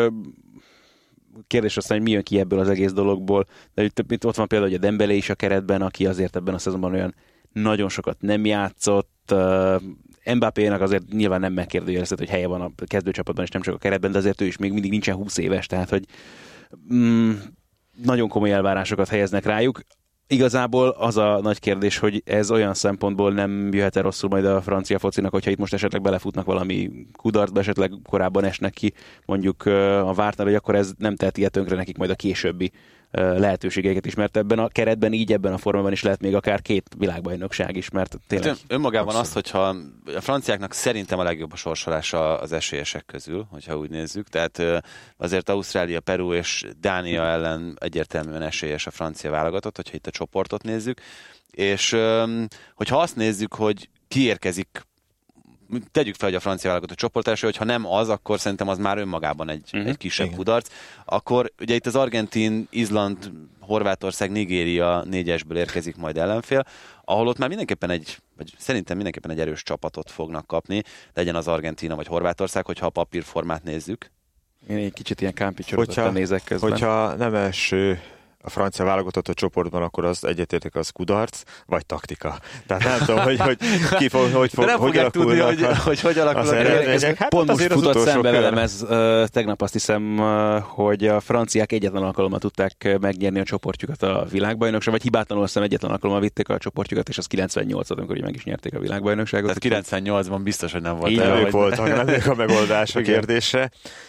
kérdés aztán, hogy mi jön ki ebből az egész dologból. De itt ott van például hogy a Dembélé is a keretben, aki azért ebben a szezonban olyan nagyon sokat nem játszott. Mbappénak azért nyilván nem megkérdőjelezett, hogy helye van a kezdőcsapatban, és nem csak a keretben, de azért ő is még mindig nincsen húsz éves, tehát hogy mm, nagyon komoly elvárásokat helyeznek rájuk. Igazából az a nagy kérdés, hogy ez olyan szempontból nem jöhet el rosszul majd a francia focinak, hogyha itt most esetleg belefutnak valami kudarcba, esetleg korábban esnek ki mondjuk a vártnál, hogy akkor ez nem teheti tönkre nekik majd a későbbi lehetőségeket is, mert ebben a keretben így, ebben a formában is lehet még akár két világbajnokság is, mert tényleg... Ön, önmagában az, hogyha a franciáknak szerintem a legjobb a sorsolása az esélyesek közül, hogyha úgy nézzük, tehát azért Ausztrália, Peru és Dánia ellen egyértelműen esélyes a francia válogatott, hogyha itt a csoportot nézzük, és hogyha azt nézzük, hogy kiérkezik, tegyük fel, hogy a francia válogatott csoport első, hogyha nem az, akkor szerintem az már önmagában egy, uh-huh. egy kisebb Igen. kudarc. Akkor ugye itt az Argentin, Izland, Horvátország, Nigéria négyesből érkezik majd ellenfél, ahol ott már mindenképpen egy, vagy szerintem mindenképpen egy erős csapatot fognak kapni, legyen az Argentína vagy Horvátország, hogyha a papírformát nézzük. Én egy kicsit ilyen kámpicsorozottan nézek közben. Hogyha nem első a francia válogatott a csoportban, akkor az egyetértek, az kudarc, vagy taktika. Tehát nem tudom, hogy, hogy ki fog, hogy fog, nem hogy tudni, hogy, a, hogy hogy alakulnak. Ez, ez hát pont most futott szembe velem, ez uh, tegnap azt hiszem, uh, hogy a franciák egyetlen alkalommal tudták megnyerni a csoportjukat a világbajnokságon, vagy hibátlanul azt hiszem egyetlen alkalommal vitték a csoportjukat, és az kilencvennyolcban, amikor meg is nyerték a világbajnokságot. Tehát kilencvennyolcban biztos, hogy nem volt. Így el, voltak, nem ők a megoldás a kérdésre.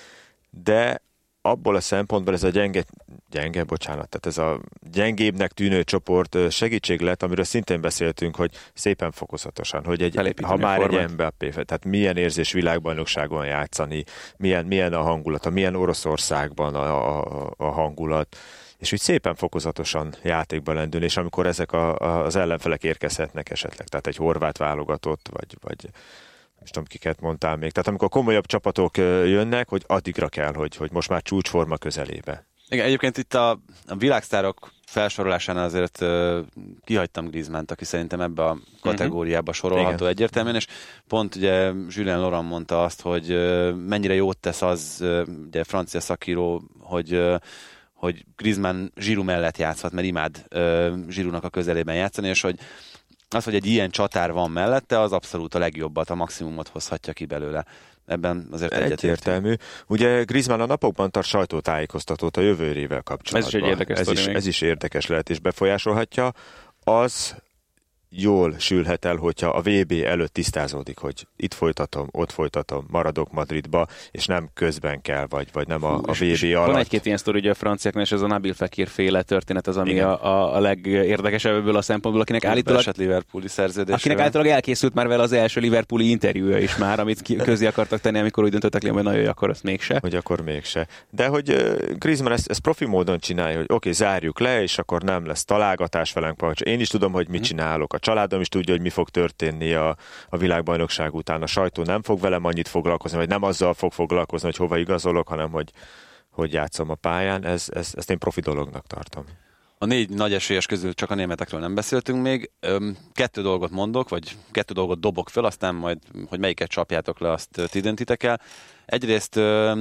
De abból a szempontból ez a gyenge, gyenge, bocsánat, tehát ez a gyengébbnek tűnő csoport segítség lett, amiről szintén beszéltünk, hogy szépen fokozatosan, hogy egy, ha már egy Mbappé, tehát milyen érzés világbajnokságon játszani, milyen, milyen a hangulata, milyen Oroszországban a, a, a hangulat, és úgy szépen fokozatosan játékba lendülni, és amikor ezek a, a, az ellenfelek érkezhetnek esetleg, tehát egy horvát válogatott, vagy, vagy nem tudom, kiket mondtál még. Tehát amikor komolyabb csapatok jönnek, hogy addigra kell, hogy, hogy most már csúcsforma közelébe. Igen, egyébként itt a, a világsztárok felsorolásánál azért uh, kihagytam Griezmannt, aki szerintem ebbe a kategóriába sorolható igen. egyértelműen, és pont ugye Julien Laurent mondta azt, hogy uh, mennyire jót tesz az, uh, ugye francia szakíró, hogy uh, hogy Griezmann Giroud mellett játszhat, mert imád uh, Giroudnak a közelében játszani, és hogy az, hogy egy ilyen csatár van mellette, az abszolút a legjobbat, a maximumot hozhatja ki belőle. Ebben azért egyértelmű. Ugye Griezmann a napokban tart sajtótájékoztatót a jövőrével kapcsolatban. Ez is egy érdekes ez is, ez is érdekes lehet és befolyásolhatja. Az jól sülhet el, hogyha a vé bé előtt tisztázódik, hogy itt folytatom, ott folytatom, maradok Madridba, és nem közben kell, vagy, vagy nem a, a vé bé alatt. Van egy-két ilyen sztori ugye a franciáknál, és ez a Nabil Fekir féle történet az, ami a, a, a legérdekesebb ebből a szempontból, akinek állítólag, Liverpooli szerződésre. Akinek állítólag elkészült már vele az első Liverpooli interjúja is már, amit ki, közé akartak tenni, amikor úgy döntöttek le, hogy na jöjj, akkor azt mégse. Hogy akkor mégse. De hogy uh, Griezmann ezt, ezt profi módon csinálja, hogy oké, okay, zárjuk le, és akkor nem lesz találgatás velünk. Én is tudom, hogy mit csinálok. A családom is tudja, hogy mi fog történni a, a világbajnokság után. A sajtó nem fog velem annyit foglalkozni, vagy nem azzal fog foglalkozni, hogy hova igazolok, hanem hogy, hogy játszom a pályán. Ez, ez, ezt én profi dolognak tartom. A négy nagy esélyes közül csak a németekről nem beszéltünk még. Kettő dolgot mondok, vagy kettő dolgot dobok föl, aztán majd, hogy melyiket csapjátok le, azt ti döntitek el. Egyrészt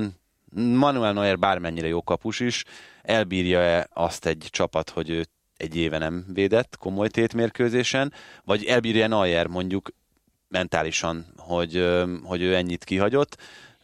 Manuel Neuer bármennyire jó kapus is, elbírja-e azt egy csapat, hogy ő egy éve nem védett komoly tétmérkőzésen, vagy elbírja Neuer mondjuk mentálisan, hogy, hogy ő ennyit kihagyott.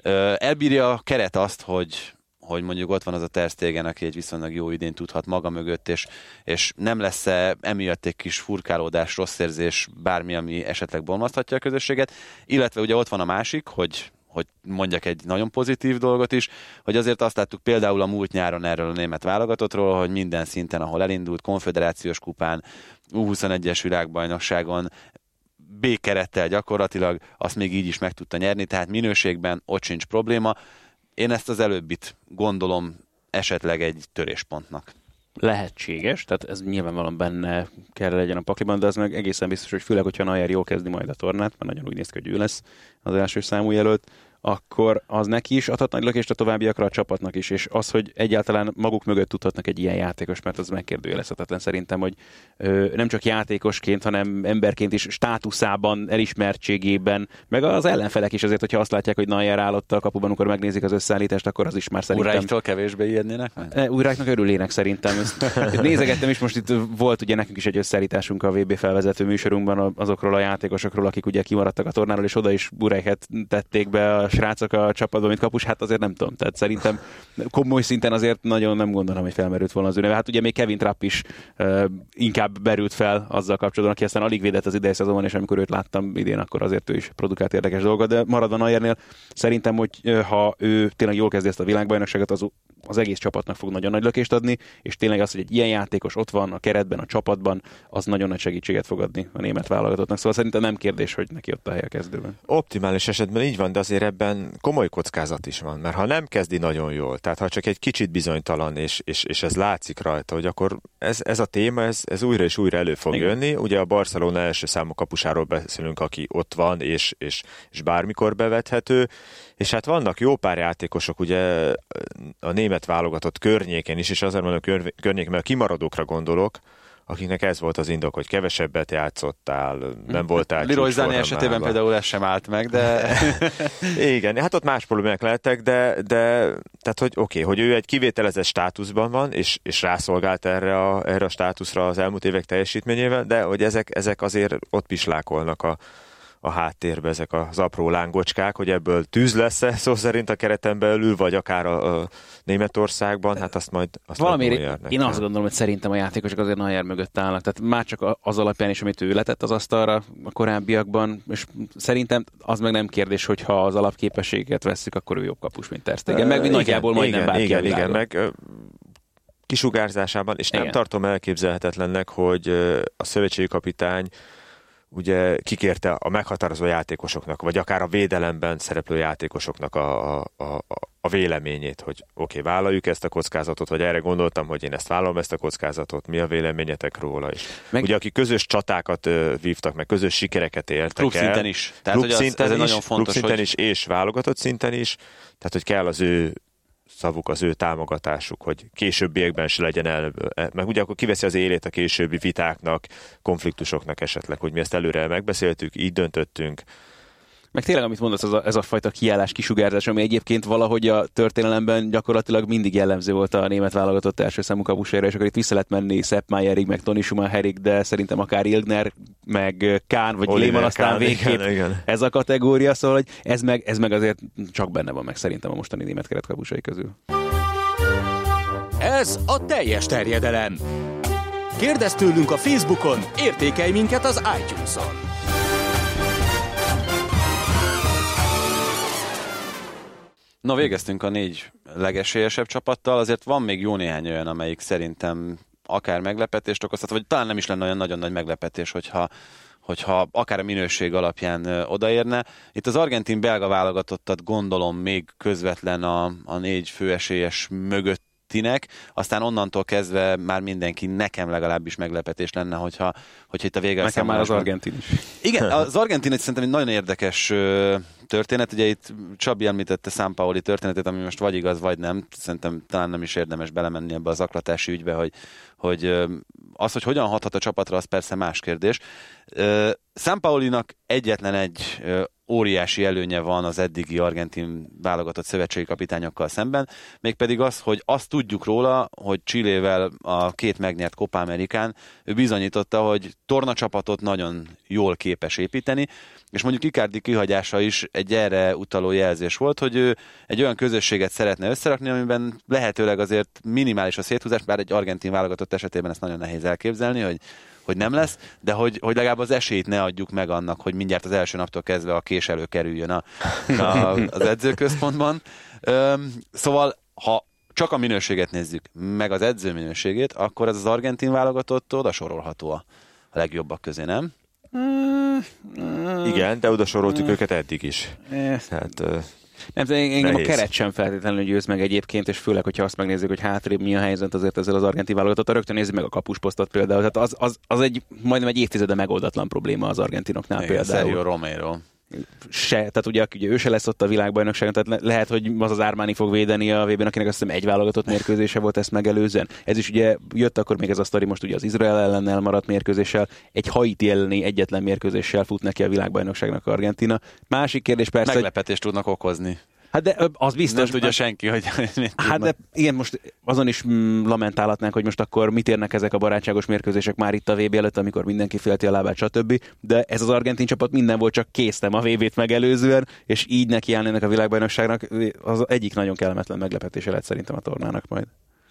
Elbírja a keret azt, hogy, hogy mondjuk ott van az a Ter Stegen, aki egy viszonylag jó idén tudhat maga mögött, és, és nem lesz-e emiatt egy kis furkálódás, rossz érzés, bármi, ami esetleg bolmaszthatja a közösséget. Illetve ugye ott van a másik, hogy hogy mondjak egy nagyon pozitív dolgot is, hogy azért azt láttuk például a múlt nyáron erről a német válogatottról, hogy minden szinten, ahol elindult, konfederációs kupán, U huszonegyes világbajnokságon, B-kerettel gyakorlatilag, azt még így is meg tudta nyerni, tehát minőségben ott sincs probléma. Én ezt az előbbit gondolom esetleg egy töréspontnak. Lehetséges, tehát ez nyilvánvalóan benne kell legyen a pakliban, de az meg egészen biztos, hogy főleg, hogyha Neuer jól kezdi majd a tornát, mert nagyon úgy néz ki, hogy ő lesz az első számú jelölt, akkor az neki is adhat nagy lökést a továbbiakra, a csapatnak is, és az, hogy egyáltalán maguk mögött tudhatnak egy ilyen játékos, mert az megkérdőjelezhetetlen szerintem, hogy ö, nem csak játékosként, hanem emberként is státuszában, elismertségében, meg az ellenfelek is azért, hogyha azt látják, hogy Neuer állott a kapuban, amikor megnézik az összeállítást, akkor az is már szerintem... Újráiktól kevésbé ijednének? Újráiknak örülének szerintem. Ezt nézegettem is, most itt volt ugye nekünk is egy összeállításunk a vé bé felvezető műsorunkban azokról a játékosokról, akik ugye kimaradtak a tornáról, és oda is Újráiket tették be a srácok a csapatban, mint kapus, hát azért nem tudom. Tehát szerintem komoly szinten azért nagyon nem gondolom, hogy felmerült volna az ő neve. Hát ugye még Kevin Trapp is uh, inkább berült fel azzal kapcsolatban, aki aztán alig védett az idei szezonban, és amikor őt láttam idén, akkor azért ő is produkált érdekes dolgot. De maradva Neuernél, szerintem, hogy uh, ha ő tényleg jól kezdi ezt a világbajnokságot, az, az egész csapatnak fog nagyon nagy lökést adni, és tényleg az, hogy egy ilyen játékos ott van a keretben, a csapatban, az nagyon nagy segítséget fog adni a német válogatottnak. Szóval szerintem nem kérdés, hogy neki ott a hely a kezdőben. Optimális esetben így van, de azért ebben komoly kockázat is van, mert ha nem kezdi nagyon jól, tehát ha csak egy kicsit bizonytalan, és, és, és ez látszik rajta, hogy akkor ez, ez a téma, ez, ez újra és újra elő fog Igen. jönni. Ugye a Barcelona első számú kapusáról beszélünk, aki ott van, és, és, és bármikor bevethető, és hát vannak jó pár játékosok ugye a német válogatott környéken is, és azért mondom kör, környéken, mert a kimaradókra gondolok, akiknek ez volt az indok, hogy kevesebbet játszottál, nem voltál Leroy Sané esetében például ez sem állt meg, de... Igen, hát ott más problémák lehettek, de, de tehát, hogy oké, okay, hogy ő egy kivételezett státuszban van, és, és rászolgált erre a, erre a státuszra az elmúlt évek teljesítményével, de hogy ezek, ezek azért ott pislákolnak a a háttérbe, ezek az apró lángocskák, hogy ebből tűz lesz-e szó szerint a kereten belül, vagy akár a, a Németországban, hát azt majd azt valamiért én azt gondolom, hogy szerintem a játékosok azért Neuer mögött állnak, tehát már csak az alapján is, amit ő letett az asztalra a korábbiakban, és szerintem az meg nem kérdés, hogy ha az alapképességet vesszük, akkor ő jobb kapus, mint Ter Stegen, meg igen, nagyjából majdnem bárki igen, igen, meg kisugárzásában, és nem igen. tartom elképzelhetetlennek, hogy a szövetségi kapitány ugye kikérte a meghatározó játékosoknak, vagy akár a védelemben szereplő játékosoknak a, a, a, a véleményét, hogy oké, okay, vállaljuk ezt a kockázatot, vagy erre gondoltam, hogy én ezt vállalom ezt a kockázatot, mi a véleményetek róla is. Meg... Ugye akik közös csatákat uh, vívtak, meg közös sikereket éltek klub el. Szinten is. Tehát, klub szinten az, ez is, nagyon fontos, klub szinten hogy... is, és válogatott szinten is, tehát hogy kell az ő szavuk, az ő támogatásuk, hogy későbbiekben se legyen el, meg ugye akkor kiveszi az élét a későbbi vitáknak, konfliktusoknak esetleg, hogy mi ezt előre megbeszéltük, így döntöttünk. Meg tényleg, amit mondasz, ez a, ez a fajta kiállás, kisugárzás, ami egyébként valahogy a történelemben gyakorlatilag mindig jellemző volt a német válogatott első számú kapusaira, és akkor itt vissza lehet menni Sepp Mayerig, meg Toni Schumacherig, de szerintem akár Ilgner, meg Kahn, vagy Lehmann, aztán végképp ez a kategória, szóval hogy ez meg, ez meg azért csak benne van meg szerintem a mostani német keretkapusai közül. Ez a teljes terjedelem. Kérdezz tőlünk a Facebookon, értékelj minket az iTunes-on. No, végeztünk a négy legesélyesebb csapattal, azért van még jó néhány olyan, amelyik szerintem akár meglepetést okozhat, vagy talán nem is lenne olyan nagyon nagy meglepetés, hogyha, hogyha akár a minőség alapján odaérne. Itt az argentin-belga válogatottat gondolom még közvetlen a, a négy főesélyes mögött, aztán onnantól kezdve már mindenki, nekem legalábbis meglepetés lenne, hogyha, hogyha itt a vége... Nekem már az argentin is. Igen, az argentin egy szerintem egy nagyon érdekes történet, ugye itt Csabi említette Sampaoli történetét, ami most vagy igaz, vagy nem, szerintem talán nem is érdemes belemenni ebbe az zaklatási ügybe, hogy, hogy az, hogy hogyan hathat a csapatra, az persze más kérdés. Sampaolinak egyetlen egy óriási előnye van az eddigi argentin válogatott szövetségi kapitányokkal szemben, mégpedig az, hogy azt tudjuk róla, hogy Chilével a két megnyert Copa Amerikán ő bizonyította, hogy tornacsapatot nagyon jól képes építeni, és mondjuk Icardi kihagyása is egy erre utaló jelzés volt, hogy ő egy olyan közösséget szeretne összerakni, amiben lehetőleg azért minimális a széthúzás, bár egy argentin válogatott esetében ezt nagyon nehéz elképzelni, hogy hogy nem lesz, de hogy, hogy legalább az esélyt ne adjuk meg annak, hogy mindjárt az első naptól kezdve a kés előkerüljön a, a, az edzőközpontban. Üm, szóval, ha csak a minőséget nézzük, meg az edző minőségét, akkor ez az argentin válogatott oda sorolható a, a legjobbak közé, nem? Igen, de oda soroltuk őket eddig is. Tehát... Nem, engem a keret sem feltétlenül győz meg egyébként, és főleg, hogyha azt megnézzük, hogy hátrébb mi a helyzet azért ezzel az argentin válogatottal, rögtön nézzük meg a kapusposztot például. Tehát az, az, az egy majdnem egy évtizede megoldatlan probléma az argentinoknál. Igen, például. Sergio Romero. Se, tehát ugye, ugye ő se lesz ott a világbajnokságon, tehát le, lehet, hogy az az Armani fog védeni a vé bén, akinek azt hiszem egy válogatott mérkőzése volt ezt megelőzően. Ez is ugye jött akkor még ez a sztori, most ugye az Izrael ellen elmaradt mérkőzéssel, egy Haiti elleni egyetlen mérkőzéssel fut neki a világbajnokságnak Argentina. Másik kérdés persze, meglepetést hogy... tudnak okozni. Hát de az biztos. Nem tudja senki, hogy mit Hát de igen, most azon is lamentálhatnánk, hogy most akkor mit érnek ezek a barátságos mérkőzések már itt a vé bé előtt, amikor mindenki félti a lábát, stb. De ez az argentin csapat minden volt, csak kész nem a vé bét megelőzően, és így nekiállnának a világbajnokságnak, az egyik nagyon kellemetlen meglepetése lett szerintem a tornának majd.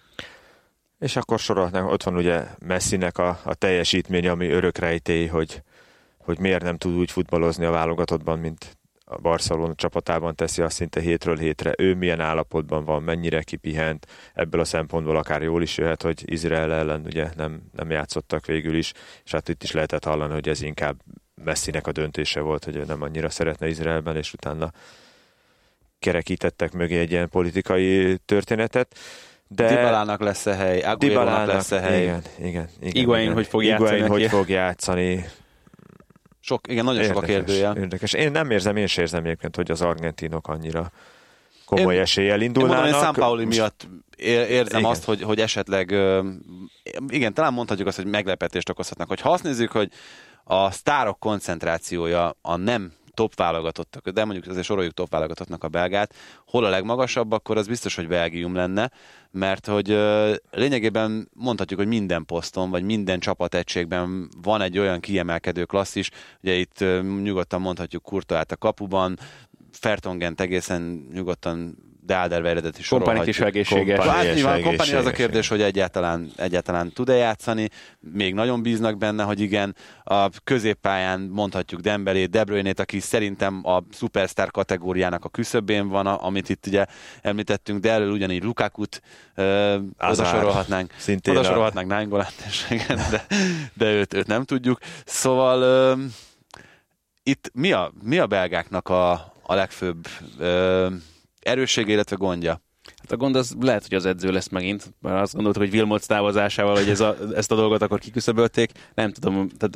És akkor sorolhatnánk, ott van ugye Messinek a, a teljesítménye, ami örökrejtély, hogy, hogy miért nem tud úgy futballozni a válogatottban, mint a Barcelona csapatában teszi azt szinte hétről hétre. Ő milyen állapotban van, mennyire kipihent, ebből a szempontból akár jól is jöhet, hogy Izrael ellen ugye nem, nem játszottak végül is, és hát itt is lehetett hallani, hogy ez inkább Messinek a döntése volt, hogy ő nem annyira szeretne Izraelben, és utána kerekítettek mögé egy ilyen politikai történetet. De Dybalának lesz-e hely, Agüerónak lesz-e hely. Igen, igen. igen Higuain hogy fog játszani. Higuain hogy fog játszani. Sok, igen, nagyon érdekes, sok a kérdője. Érdekes. Én nem érzem, én sem érzem egyébként, hogy az argentinok annyira komoly én, eséllyel indulnának. Én mondom, én Sampaoli miatt érzem igen. azt, hogy, hogy esetleg, igen, talán mondhatjuk azt, hogy meglepetést okozhatnak. Hogy ha azt nézzük, hogy a sztárok koncentrációja a nem top válogatottak, de mondjuk azért soroljuk top válogatottnak a belgát, hol a legmagasabb, akkor az biztos, hogy Belgium lenne, mert hogy uh, lényegében mondhatjuk, hogy minden poszton, vagy minden csapategységben van egy olyan kiemelkedő klasszis, ugye itt uh, nyugodtan mondhatjuk Courtois-t a kapuban, Fertongent egészen nyugodtan De Alderweiredet is sorolhatjuk. Kompánit is egészséges. Hát nyilván Kompányi az a kérdés, hogy egyáltalán, egyáltalán tud-e játszani. Még nagyon bíznak benne, hogy igen. A középpályán mondhatjuk Dembélét, De Bruyne-t, aki szerintem a szupersztár kategóriájának a küszöbén van, amit itt ugye említettünk, de elől ugyanígy Lukakut uh, oda sorolhatnánk. Oda sorolhatnánk Nainggolant, de, de őt, őt nem tudjuk. Szóval uh, itt mi a, mi a belgáknak a, a legfőbb uh, erőssége, illetve gondja? Hát a gond az lehet, hogy az edző lesz megint, mert azt gondoltuk, hogy Wilmots távozásával, hogy ez a, ezt a dolgot akkor kiküszöbölték, nem tudom, tehát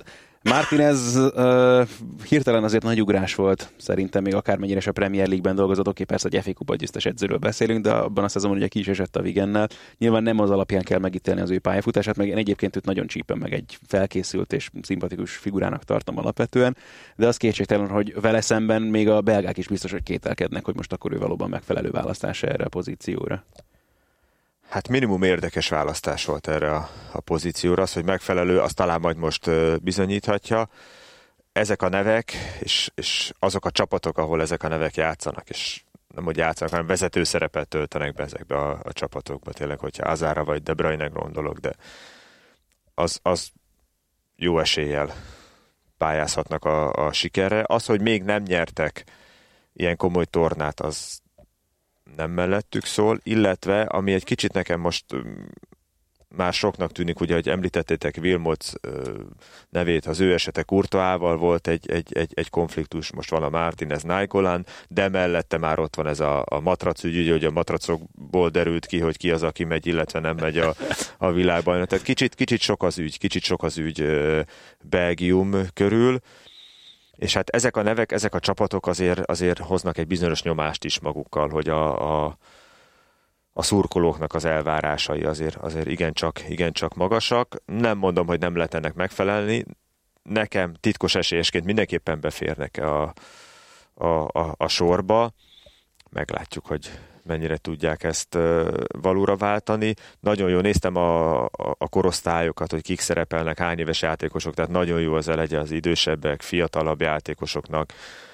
Martinez uh, hirtelen azért nagy ugrás volt, szerintem még akármennyire is a Premier League-ben dolgozott, oké, persze egy ef á Kupa győztes edzőről beszélünk, de abban a szezonban ugye ki is esett a Wigennel. Nyilván nem az alapján kell megítélni az ő pályafutását, meg én egyébként őt nagyon csípem, meg egy felkészült és szimpatikus figurának tartom alapvetően, de az kétségtelen, hogy vele szemben még a belgák is biztos, hogy kételkednek, hogy most akkor ő valóban megfelelő választása erre a pozícióra. Hát minimum érdekes választás volt erre a, a pozícióra, az, hogy megfelelő, azt talán majd most uh, bizonyíthatja. Ezek a nevek, és, és azok a csapatok, ahol ezek a nevek játszanak, és nem hogy játszanak, hanem vezető szerepet töltenek be ezekbe a, a csapatokba, tényleg, hogyha Hazardra vagy De Bruyne gondolok, de az, az jó eséllyel pályázhatnak a, a sikerre. Az, hogy még nem nyertek ilyen komoly tornát, az nem mellettük szól, illetve, ami egy kicsit nekem most már soknak tűnik, ugye, hogy említettétek Wilmots nevét, az ő esete Courtoisával volt egy, egy, egy, egy konfliktus, most van a Martinez Nainggolan, de mellette már ott van ez a, a matrac ügy, hogy a matracokból derült ki, hogy ki az, aki megy, illetve nem megy a, a világban. Tehát kicsit, kicsit sok az ügy, kicsit sok az ügy Belgium körül, és hát ezek a nevek, ezek a csapatok azért, azért hoznak egy bizonyos nyomást is magukkal, hogy a, a, a szurkolóknak az elvárásai azért, azért igencsak, igencsak magasak. Nem mondom, hogy nem lehet ennek megfelelni. Nekem titkos esélyesként mindenképpen beférnek a, a, a, a sorba. Meglátjuk, hogy mennyire tudják ezt valóra váltani. Nagyon jól néztem a, a, a korosztályokat, hogy kik szerepelnek, hány éves játékosok, tehát nagyon jó az elegye az idősebbek, fiatalabb játékosoknak.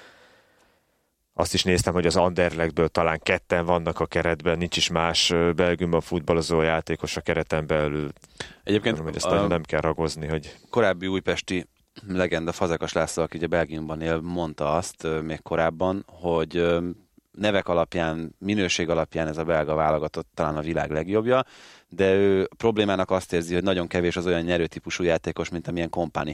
Azt is néztem, hogy az Anderlechtből talán ketten vannak a keretben, nincs is más Belgiumban futballozó játékos a kereten belül. Egyébként Tudom, hogy ezt a... nem kell ragozni, hogy... Korábbi újpesti legenda Fazekas László, aki ugye Belgiumban él, mondta azt még korábban, hogy nevek alapján, minőség alapján ez a belga válogatott talán a világ legjobbja, de ő problémának azt érzi, hogy nagyon kevés az olyan nyerőtípusú játékos, mint amilyen Kompany.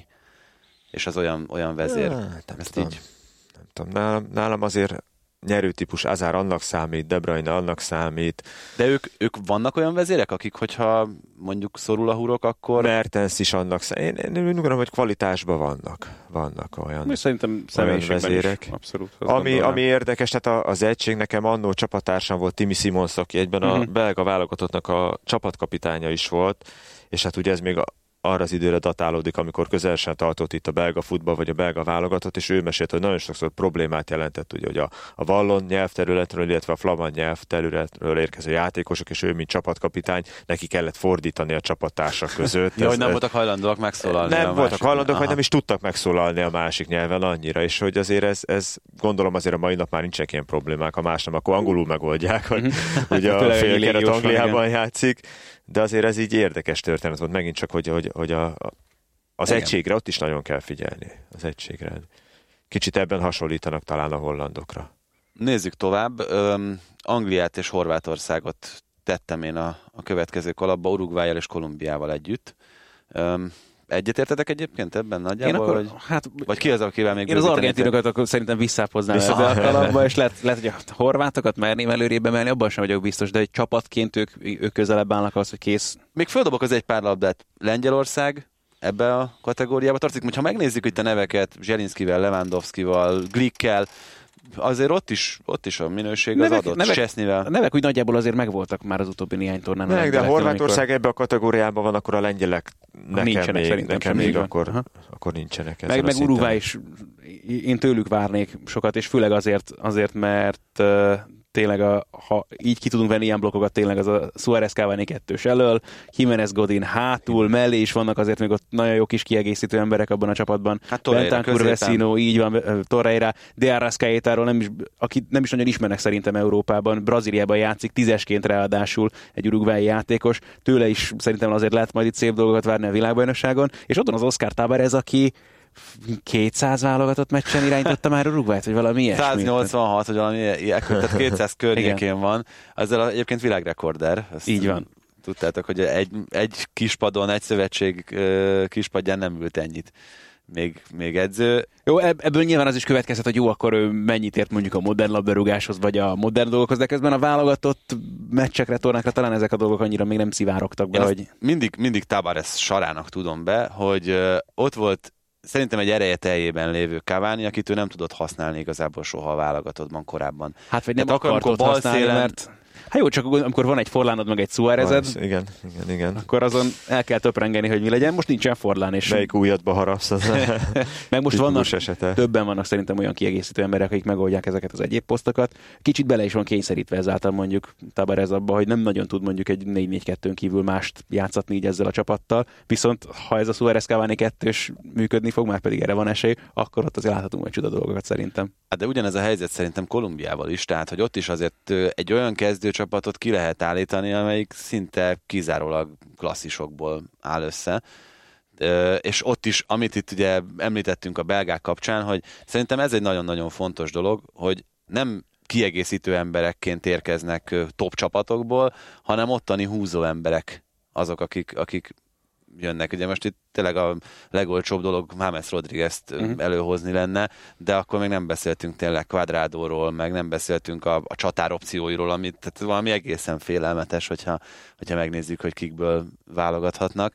És az olyan, olyan vezér. Ja, nem, tudom, így... nem tudom, nálam, nálam azért nyerőtípus Hazard annak számít, De Bruyne annak számít. De ők, ők vannak olyan vezérek, akik, hogyha mondjuk szorul a hurok, akkor... Mertens is annak számít. Én, én úgy gondolom, hogy kvalitásban vannak. Vannak olyan, szerintem olyan vezérek. Abszolút. Ami, ami érdekes, tehát az egység nekem annó csapattársam volt Timmy Simons, aki egyben uh-huh. a belga válogatottnak a csapatkapitánya is volt, és hát ugye ez még a arra az időre datálódik, amikor közel sem tartott itt a belga futball, vagy a belga válogatott, és ő mesélt, hogy nagyon sokszor problémát jelentett, ugye, hogy a, a vallon nyelvterületről, illetve a flamand nyelvterületről érkező játékosok, és ő, mint csapatkapitány, neki kellett fordítani a csapattársak között. Jó, hogy nem voltak hajlandóak megszólalni. Nem voltak hajlandóak, vagy nem is tudtak megszólalni a másik nyelven annyira, és hogy azért ez, ez gondolom azért a mai nap már nincsenek ilyen problémák, ha más nem, akkor angolul megoldják, hogy ugye a félkeret Angliában játszik. De azért ez így érdekes történet volt, megint csak, hogy, hogy, hogy a, az igen. egységre ott is nagyon kell figyelni. Az egységre. Kicsit ebben hasonlítanak talán a hollandokra. Nézzük tovább. Öm, Angliát és Horvátországot tettem én a, a következő kalapba, Uruguayjal és Kolumbiával együtt. Öm, Egyetértetek egyébként ebben nagyjából? Akkor, vagy, hát, vagy ki az, akivel még... Én az argentinokat akkor szerintem visszápoznám ebbe a kalapba, és lehet, lehet, hogy a horvátokat merném előrébb emelni, abban sem vagyok biztos, de egy csapatként ők, ők közelebb állnak az, hogy kész. Még földobok az egy pár labdát. Lengyelország ebbe a kategóriába tartozik. Ha megnézzük itt a neveket, Zselinszkivel, Lewandowskival, Glickkel, azért ott is, ott is a minőség nevek, az adott, nevek, Szczesnyvel. A nevek úgy nagyjából azért megvoltak már az utóbbi néhány tornán. Meg, de Horvátország amikor... ebbe a kategóriában van, akkor a lengyelek nekem nincsenek, még, nekem még akkor, akkor nincsenek. Meg, meg Uruguay is, én tőlük várnék sokat, és főleg azért, azért mert uh, tényleg, a, ha így ki tudunk venni ilyen blokkokat, tényleg az a Suárez Cavani kettős elől, Jiménez Godin hátul, mellé is vannak azért még ott nagyon jó kis kiegészítő emberek abban a csapatban. Hát Bentancur, Vecino, így van, Torreira, De Arrascaetáról nem is, akit nem is nagyon ismernek szerintem Európában, Brazíliában játszik tízesként ráadásul egy uruguayi játékos, tőle is szerintem azért lehet majd itt szép dolgokat várni a világbajnokságon, és ott van az Oscar Tabarez, aki kétszáz válogatott meccsen irányította már Uruguayt, vagy valami ilyesmi. száznyolcvanhat, vagy valami ilyen, tehát kétszáz környékén van. Ezzel egyébként világrekorder. Ezt így van. Tudtátok, hogy egy, egy kispadon, egy szövetség kispadján nem ült ennyit. Még, még edző. Jó, ebből nyilván az is következhet, hogy jó, akkor ő mennyit ért mondjuk a modern labdarúgáshoz, vagy a modern dolgokhoz, de közben a válogatott meccsekre, tornákra talán ezek a dolgok annyira még nem szivárogtak be, hogy... Mindig, mindig Tabarez sarának tudom be, hogy ott volt szerintem egy ereje teljében lévő Cavani, akit ő nem tudott használni igazából soha a válogatottban korábban. Hát vagy nem Tehát akkor, akartott amikor használni, balszélen... mert... Hát jó, csak amikor van egy Forlánod meg egy Suárezed, igen, igen, igen. akkor azon el kell töprengeni, hogy mi legyen. Most nincsen Forlán, és... Melyik újadba harapsz? meg most vannak, esete. többen vannak szerintem olyan kiegészítő emberek, akik megoldják ezeket az egyéb posztokat. Kicsit bele is van kényszerítve ezáltal mondjuk Tabarez abba, hogy nem nagyon tud mondjuk egy négy négy kettőn kívül mást játszatni így ezzel a csapattal. Viszont ha ez a Suárez Cavani kettős működni fog, már pedig erre van esély, akkor ott azért láthatunk egy csuda dolgokat szerintem. Hát de ugyanez a helyzet szerintem Kolumbiával is, tehát hogy ott is azért egy olyan kezdőcsapatot ki lehet állítani, amelyik szinte kizárólag klasszisokból áll össze. És ott is, amit itt ugye említettünk a belgák kapcsán, hogy szerintem ez egy nagyon-nagyon fontos dolog, hogy nem kiegészítő emberekként érkeznek top csapatokból, hanem ottani húzó emberek azok, akik, akik jönnek. Ugye most itt tényleg a legolcsóbb dolog James Rodríguezt uh-huh. előhozni lenne, de akkor még nem beszéltünk tényleg Cuadradóról, meg nem beszéltünk a, a csatár opcióiról, amit, tehát valami egészen félelmetes, hogyha, hogyha megnézzük, hogy kikből válogathatnak.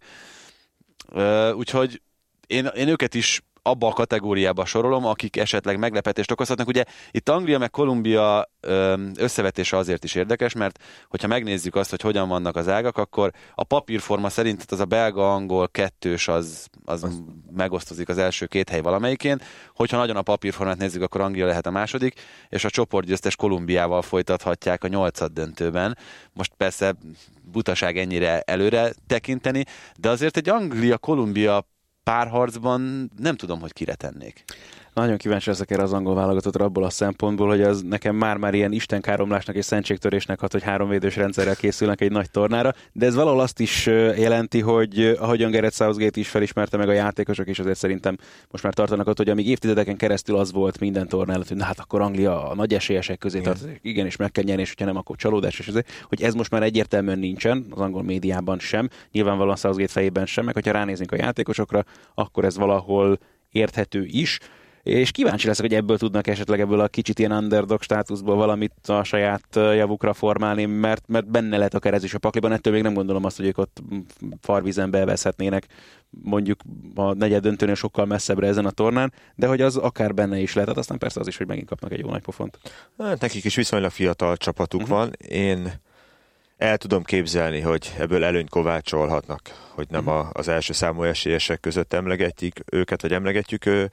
Uh, úgyhogy én, én őket is abba a kategóriába sorolom, akik esetleg meglepetést okozhatnak. Ugye itt Anglia meg Kolumbia összevetése azért is érdekes, mert hogyha megnézzük azt, hogy hogyan vannak az ágak, akkor a papírforma szerint az a belga-angol kettős az, az, az megosztozik az első két hely valamelyikén. Hogyha nagyon a papírformát nézzük, akkor Anglia lehet a második, és a csoportgyőztes Kolumbiával folytathatják a nyolcad döntőben. Most persze butaság ennyire előre tekinteni, de azért egy Anglia-Kolumbia párharcban nem tudom, hogy kire tennék. Nagyon kíváncsi leszek erre az angol válogatottra abból a szempontból, hogy az nekem már-már ilyen istenkáromlásnak és szentségtörésnek hat, hogy háromvédős rendszerrel készülnek egy nagy tornára, de ez valahol azt is jelenti, hogy ahogyan Gareth Southgate is felismerte, meg a játékosok is azért szerintem most már tartanak ott, hogy amíg évtizedeken keresztül az volt minden torna előtt, hogy na hát akkor Anglia a nagy esélyesek közé tartozik, igen, és meg kell nyerni, és hogyha nem, akkor csalódás, és azért, hogy ez most már egyértelműen nincsen, az angol médiában sem, nyilvánvalóan Southgate fejében sem, meg hogyha ránézünk a játékosokra, akkor ez valahol érthető is. És kíváncsi leszek, hogy ebből tudnak esetleg ebből a kicsit ilyen underdog státuszból valamit a saját javukra formálni, mert, mert benne lehet akár ez is a pakliban, ettől még nem gondolom azt, hogy ők ott farvízen bevezhetnének mondjuk a negyed döntőnél sokkal messzebbre ezen a tornán, de hogy az akár benne is lehet, aztán persze az is, hogy megint kapnak egy jó nagy pofont. Hát, nekik is viszonylag fiatal csapatuk uh-huh. van, én el tudom képzelni, hogy ebből előnyt kovácsolhatnak, hogy nem uh-huh. a, az első számú esélyesek között emlegetjük őket, vagy emlegetjük ő,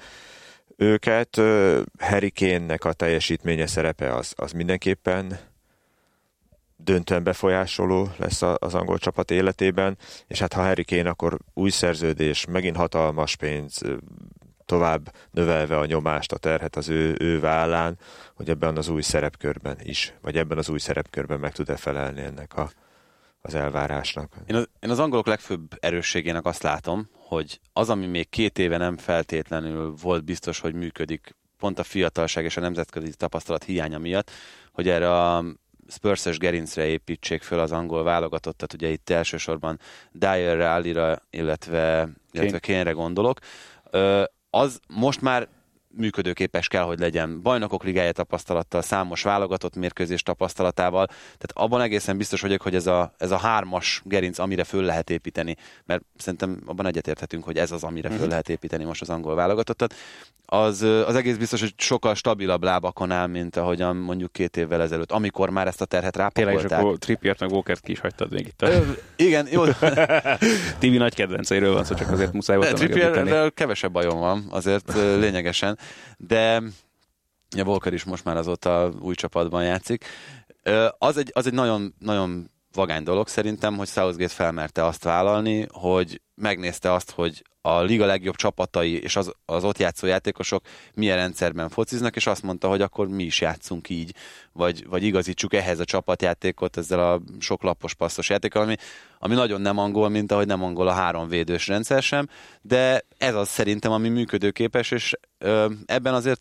őket. Harry Kane-nek a teljesítménye, szerepe az, az mindenképpen döntően befolyásoló lesz az angol csapat életében, és hát ha Harry Kane, akkor új szerződés, megint hatalmas pénz, tovább növelve a nyomást, a terhet az ő, ő vállán, hogy ebben az új szerepkörben is, vagy ebben az új szerepkörben meg tud-e felelni ennek a, az elvárásnak. Én az, én az angolok legfőbb erősségének azt látom, hogy az, ami még két éve nem feltétlenül volt biztos, hogy működik, pont a fiatalság és a nemzetközi tapasztalat hiánya miatt, hogy erre a Spurs-es gerincre építsék föl az angol válogatottat, ugye itt elsősorban Dyerre, Alira, illetve, illetve Kane-re gondolok. Az most már működőképes kell, hogy legyen. Bajnokok ligája tapasztalattal, számos válogatott mérkőzés tapasztalatával, tehát abban egészen biztos vagyok, hogy ez a, ez a hármas gerinc, amire föl lehet építeni, mert szerintem abban egyetérthetünk, hogy ez az, amire föl lehet építeni most az angol válogatottat, az, az egész biztos, hogy sokkal stabilabb lábakon áll, mint ahogyan mondjuk két évvel ezelőtt, amikor már ezt a terhet rápakolták. Tényleg, és akkor Trippiert meg Walkert ki is hagytad még itt. Ö, igen, jó. Tibi nagy kedvenceiről van szó, csak azért muszáj volt Trippierrel kevesebb bajom van, azért lényegesen, de ja, Walker is most már azóta új csapatban játszik. Az egy, az egy nagyon, nagyon vagány dolog szerintem, hogy Southgate felmerte azt vállalni, hogy megnézte azt, hogy a liga legjobb csapatai és az, az ott játszó játékosok milyen rendszerben fociznak, és azt mondta, hogy akkor mi is játszunk így, vagy, vagy igazítsuk ehhez a csapatjátékot ezzel a sok lapos passzos játékkal, ami, ami nagyon nem angol, mint ahogy nem angol a három védős rendszer sem, de ez az szerintem, ami működőképes, és ö, ebben azért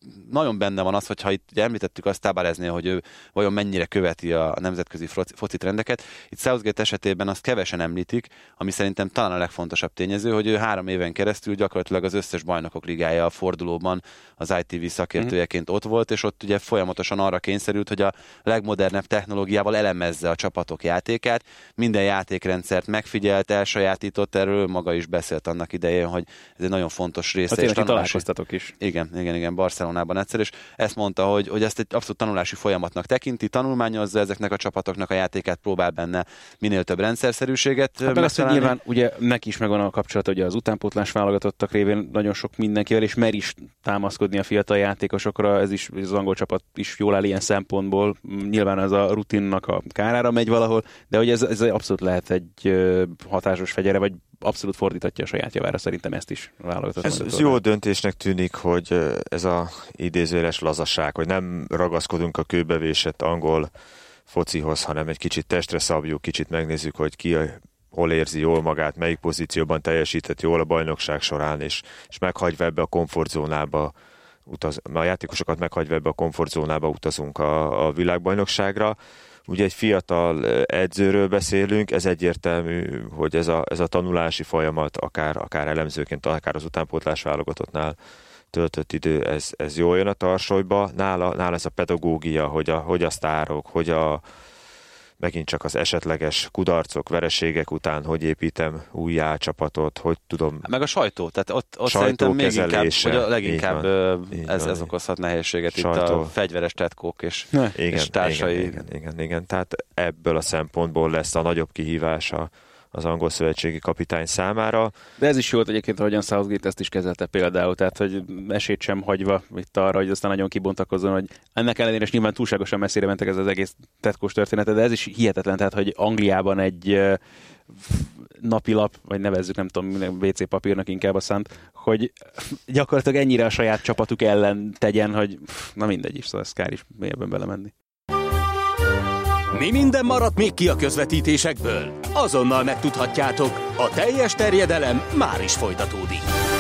nagyon benne van az, hogyha itt ugye említettük azt Tabareznél, hogy ő vajon mennyire követi a nemzetközi foci trendeket. Itt Southgate esetében azt kevesen említik, ami szerintem talán a legfontosabb tényező, hogy ő három éven keresztül gyakorlatilag az összes bajnokok ligája a fordulóban az i té vé szakértőjeként ott volt, és ott ugye folyamatosan arra kényszerült, hogy a legmodernebb technológiával elemezze a csapatok játékát, minden játékrendszert megfigyelt, elsajátított, erről maga is beszélt annak idején, hogy ez egy nagyon fontos része. Hát tényleg találkoztatok is. Igen, igen, igen, Barcelonában egyszer, és ezt mondta, hogy, hogy ezt egy abszolút tanulási folyamatnak tekinti, tanulmányozza ezeknek a csapatoknak a játékát, próbál benne minél több rendszerszerűséget. Hát azt, hogy nyilván ugye neki is megvan a kapcsolat, hogy az utánpótlás válogatottak révén nagyon sok mindenkivel, és mer is támaszkodni a fiatal játékosokra, ez is az angol csapat is jól áll ilyen szempontból. Nyilván ez a rutinnak a kárára megy valahol, de hogy ez, ez abszolút lehet egy hatásos fegyere, vagy abszolút fordítatja a saját javára, szerintem ezt is válogatott. Ez, ez jó döntésnek tűnik, hogy ez a idézőjeles lazaság, hogy nem ragaszkodunk a kőbevésett angol focihoz, hanem egy kicsit testre szabjuk, kicsit megnézzük, hogy ki a, hol érzi jól magát, melyik pozícióban teljesített jól a bajnokság során, és, és meghagyva ebbe a komfortzónába utaz, a játékosokat meghagyva ebbe a komfortzónába utazunk a, a világbajnokságra. Ugye egy fiatal edzőről beszélünk, ez egyértelmű, hogy ez a, ez a tanulási folyamat, akár, akár elemzőként, akár az utánpótlás válogatottnál töltött idő, ez, ez jól jön a tarsolyba. Nála, nála ez a pedagógia, hogy a, hogy a sztárok, hogy a megint csak az esetleges kudarcok, vereségek után, hogy építem újjá csapatot, hogy tudom... Meg a sajtó, tehát ott, ott szerintem még inkább, hogy a leginkább van, ez, ez okozhat nehézséget sajtó. Itt a fegyveres tetkók és, igen, és társai. Igen, igen, igen, igen, tehát ebből a szempontból lesz a nagyobb kihívása az angol szövetségi kapitány számára. De ez is jó, egyébként, ahogyan Southgate ezt is kezelte például, tehát hogy esélyt sem hagyva itt arra, hogy aztán nagyon kibontakozzon, hogy ennek ellenére is nyilván túlságosan messzire mentek ez az egész tetkós története, de ez is hihetetlen, tehát hogy Angliában egy napilap, vagy nevezzük, nem tudom, vé cé papírnak inkább a szánt, hogy gyakorlatilag ennyire a saját csapatuk ellen tegyen, hogy na mindegy is, szóval ez kár is mélyebben belemenni. Mi minden maradt még ki a közvetítésekből? Azonnal megtudhatjátok, a teljes terjedelem már is folytatódik.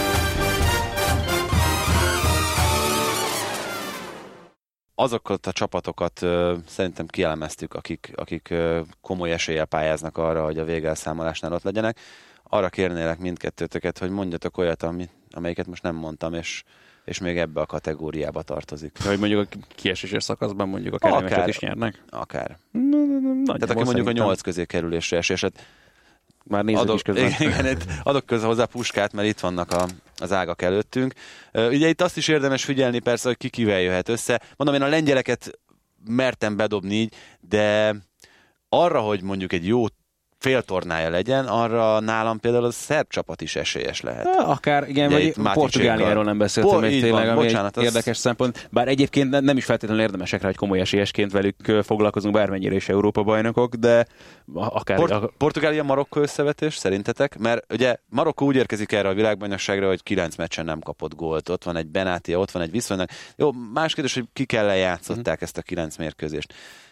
Azokat a csapatokat ö, szerintem kielemeztük, akik, akik ö, komoly eséllyel pályáznak arra, hogy a végelszámolásnál ott legyenek. Arra kérnélek mindkettőtöket, hogy mondjatok olyat, ami, amelyiket most nem mondtam, és és még ebbe a kategóriába tartozik. Hogy mondjuk a kieséses szakaszban mondjuk a keremeset is nyernek? Akár. No, no, no, Tehát aki mondjuk a nyolc közé kerülésre eséset. Már nézők adok, is közben. Igen, adok közben hozzá Puskát, mert itt vannak a, az ágak előttünk. Ugye itt azt is érdemes figyelni persze, hogy ki kivel jöhet össze. Mondom, én a lengyeleket mertem bedobni így, de arra, hogy mondjuk egy jó féltornája legyen, arra nálam például a szerb csapat is esélyes lehet. Akár, igen, vagy Portugáliáról nem beszéltem Por, még tényleg, van, ami bocsánat, egy az... érdekes szempont. Bár egyébként nem is feltétlenül érdemesek rá, hogy komoly esélyesként velük foglalkozunk, bármennyire is Európa-bajnokok, de akár... Port- Portugália-Marokkó összevetés szerintetek? Mert ugye Marokkó úgy érkezik erre a világbajnokságra, hogy kilenc meccsen nem kapott gólt. Ott van egy Benatia, ott van egy viszonylag... Jó, más kérdés, hogy ki kell lejátszották uh-huh. ezt a kilenc mérkőzést.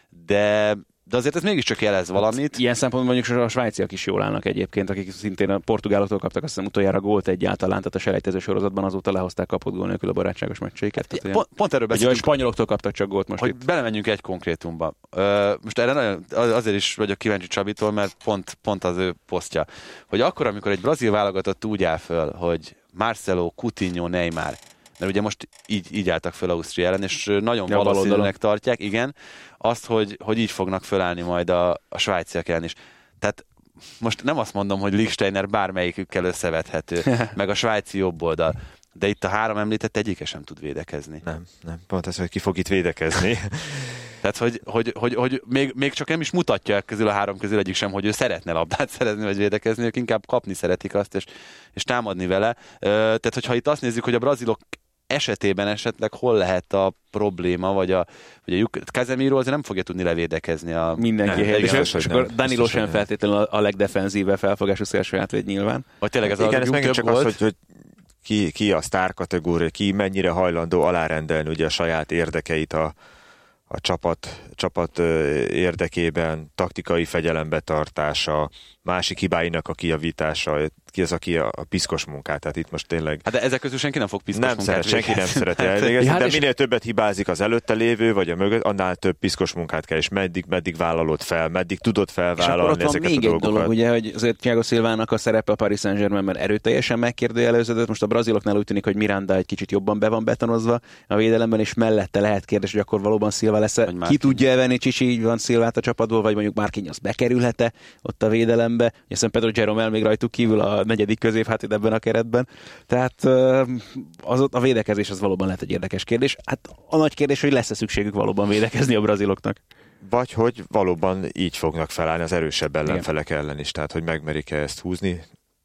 De... De azért ez mégiscsak jelez valamit. Ilyen szempontból mondjuk a svájciak is jól állnak egyébként, akik szintén a portugáloktól kaptak azt hiszem utoljára gólt egyáltalán, tehát a selejtező sorozatban azóta lehozták kapott gól nélkül a barátságos meccseiket. Hát, pont, pont erről beszélünk. A spanyoloktól kaptak csak gólt most hogy itt. Belemenjünk egy konkrétumba. Most erre nagyon, azért is vagyok kíváncsi Csabitól, mert pont, pont az ő posztja. Hogy akkor, amikor egy brazil válogatott úgy áll föl, hogy Marcelo, Coutinho, Neymar, mert ugye most így, így álltak föl Ausztria ellen, és nagyon ja, valószínűleg tartják, igen, azt, hogy, hogy így fognak fölállni majd a, a svájciak ellen is. Tehát most nem azt mondom, hogy Lichtsteiner bármelyikükkel összevethető, meg a svájci jobb oldal, de itt a három említett egyike sem tud védekezni. Nem, nem, pont ez, hogy ki fog itt védekezni. Tehát, hogy, hogy, hogy, hogy még, még csak nem is mutatja közül a három közül egyik sem, hogy ő szeretne labdát szerezni, vagy védekezni, ők inkább kapni szeretik azt, és, és támadni vele. Tehát, hogyha itt azt nézzük, hogy a brazilok esetében esetleg hol lehet a probléma, vagy a, vagy a lyuk... Casemiro azért nem fogja tudni levédekezni a... Mindenki helyet, és, és, és akkor Danilo sem feltétlenül a, a legdefenzívebb felfogású szélső hátvéd nyilván. Vagy tényleg ez igen, a ez megint csak az, hogy, hogy ki, ki a sztár kategória, ki mennyire hajlandó alárendelni ugye a saját érdekeit a, a csapat, csapat érdekében, taktikai fegyelembetartása, másik hibáinak a kijavítása, ki az, aki a, a piszkos munkát, tehát itt most tényleg... Hát de ezek közül senki nem fog piszkos nem munkát szeret, senki nem szereti hát, elvégezni, hát de és... minél többet hibázik az előtte lévő, vagy a mögött, annál több piszkos munkát kell, és meddig, meddig vállalod fel, meddig tudod felvállalni ezeket még a dolgokat. Dolog, ugye, hogy azért Thiago Silvának a szerepe a Paris Saint-Germainben erőteljesen megkérdőjeleződött. Most a braziloknál úgy tűnik, hogy Miranda egy kicsit jobban be van betonozva a védelemben, és mellette lehet kérdés, hogy akkor valóban Silva lesz. Ki tudja elvenni Csicsi, így van Silvát a csapatból, vagy mondjuk Marquinhos bekerülhet-e ott a védelembe. Hiszen Pedro Jeromel még rajtuk kívül a negyedik középhátvéd ebben a keretben. Tehát az, a védekezés az valóban lehet egy érdekes kérdés. Hát a nagy kérdés, hogy lesz-e szükségük valóban védekezni a braziloknak. Vagy hogy valóban így fognak felállni az erősebb ellenfelek ellen is, tehát hogy megmerik-e ezt húzni,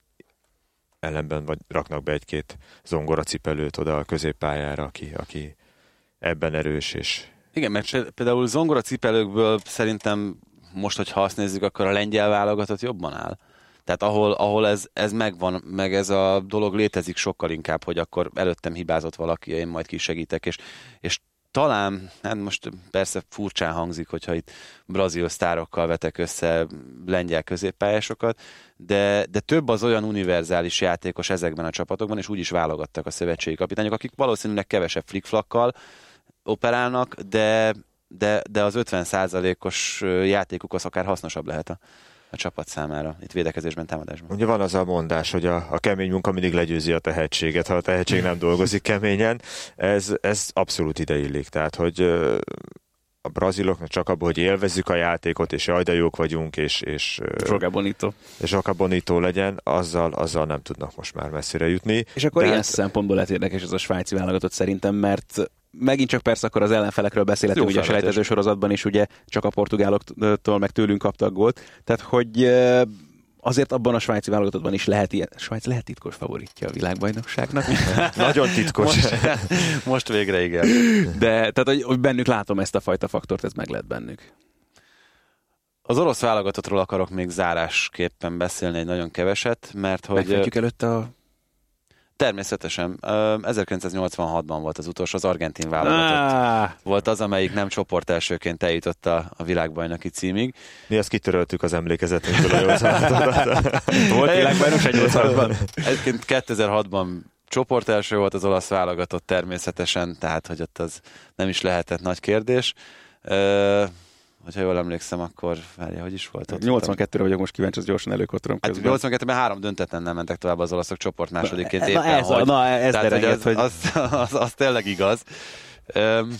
ellenben vagy raknak be egy-két zongoracipelőt oda a középpályára, aki, aki ebben erős. És... Igen, mert például zongoracipelőkből szerintem most, hogyha azt nézzük, akkor a lengyel válogatott jobban áll. Tehát ahol, ahol ez, ez megvan, meg ez a dolog létezik sokkal inkább, hogy akkor előttem hibázott valaki, én majd kisegítek, és, és talán, hát most persze furcsán hangzik, hogyha itt brazil sztárokkal vetek össze lengyel középpályásokat, de, de több az olyan univerzális játékos ezekben a csapatokban, és úgy is válogattak a szövetségi kapitányok, akik valószínűleg kevesebb flickflakkal operálnak, de, de, de az ötven százalékos játékuk az akár hasznosabb lehet a, a csapat számára, itt védekezésben, támadásban. Ugye van az a mondás, hogy a, a kemény munka mindig legyőzi a tehetséget, ha a tehetség nem dolgozik keményen, ez, ez abszolút ideillik. Tehát, hogy a braziloknak csak abból, hogy élvezzük a játékot, és jaj, de jók vagyunk, és, és, Joga Bonito. és Joga Bonito legyen, azzal, azzal nem tudnak most már messzire jutni. És akkor de ilyen hát... szempontból lehet érdekes ez a svájci válogatott szerintem, mert megint csak persze akkor az ellenfelekről beszélhetünk, ugye a selejtező sorozatban is ugye csak a portugáloktól meg tőlünk kaptak gólt. Tehát, hogy azért abban a svájci válogatottban is lehet ilyen. Svájc lehet titkos favoritja a világbajnokságnak. Nagyon titkos. Most, most végre igen. De tehát, hogy, hogy bennük látom ezt a fajta faktort, ez meg lehet bennük. Az orosz válogatottról akarok még zárásképpen beszélni egy nagyon keveset, mert hogy... Megfejtjük előtte a... Természetesen. ezerkilencszáznyolcvanhatban volt az utolsó, az argentin válogatott. Ah. Volt az, amelyik nem csoport elsőként eljutott a, a világbajnoki címig. Mi azt kitöröltük az emlékezetünkből a nyolcvanhatot. Volt világbajnokság nyolcvanhatban? Egyébként kétezer-hatban csoport első volt az olasz válogatott természetesen, tehát hogy ott az nem is lehetett nagy kérdés. Uh, hogyha jól emlékszem, akkor várja, hogy is volt ott? nyolcvankettőre vagyok most kíváncsi, az gyorsan előkotorom közben. Hát nyolcvankettőben három döntetlen nem mentek tovább az olaszok csoport másodikként éppen, na ez, hogy... Na ez tehát, derenged, az, hogy... Az, az, az, az tényleg igaz. Um,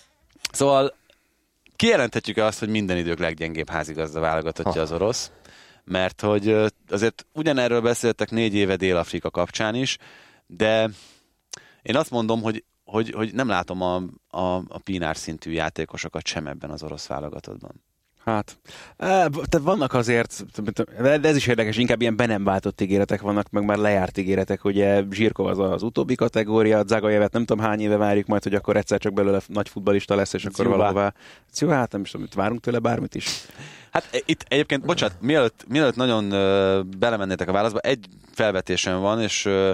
szóval kijelenthetjük azt, hogy minden idők leggyengébb házigazda válogatottja az orosz, mert hogy azért ugyanerről beszéltek négy éve Dél-Afrika kapcsán is, de én azt mondom, hogy Hogy, hogy nem látom a, a, a Pínár szintű játékosokat sem ebben az orosz válogatottban. Hát, tehát vannak azért, de ez is érdekes, inkább ilyen be nem váltott ígéretek vannak, meg már lejárt ígéretek, ugye Zsirkov az az utóbbi kategória, Zagajevet nem tudom hány éve várjuk majd, hogy akkor egyszer csak belőle nagy futballista lesz, és akkor valahová... Jó, hát nem is tudom, várunk tőle bármit is. Hát itt egyébként, bocsánat, mielőtt, mielőtt nagyon uh, belemennétek a válaszba, egy felvetésem van, és uh,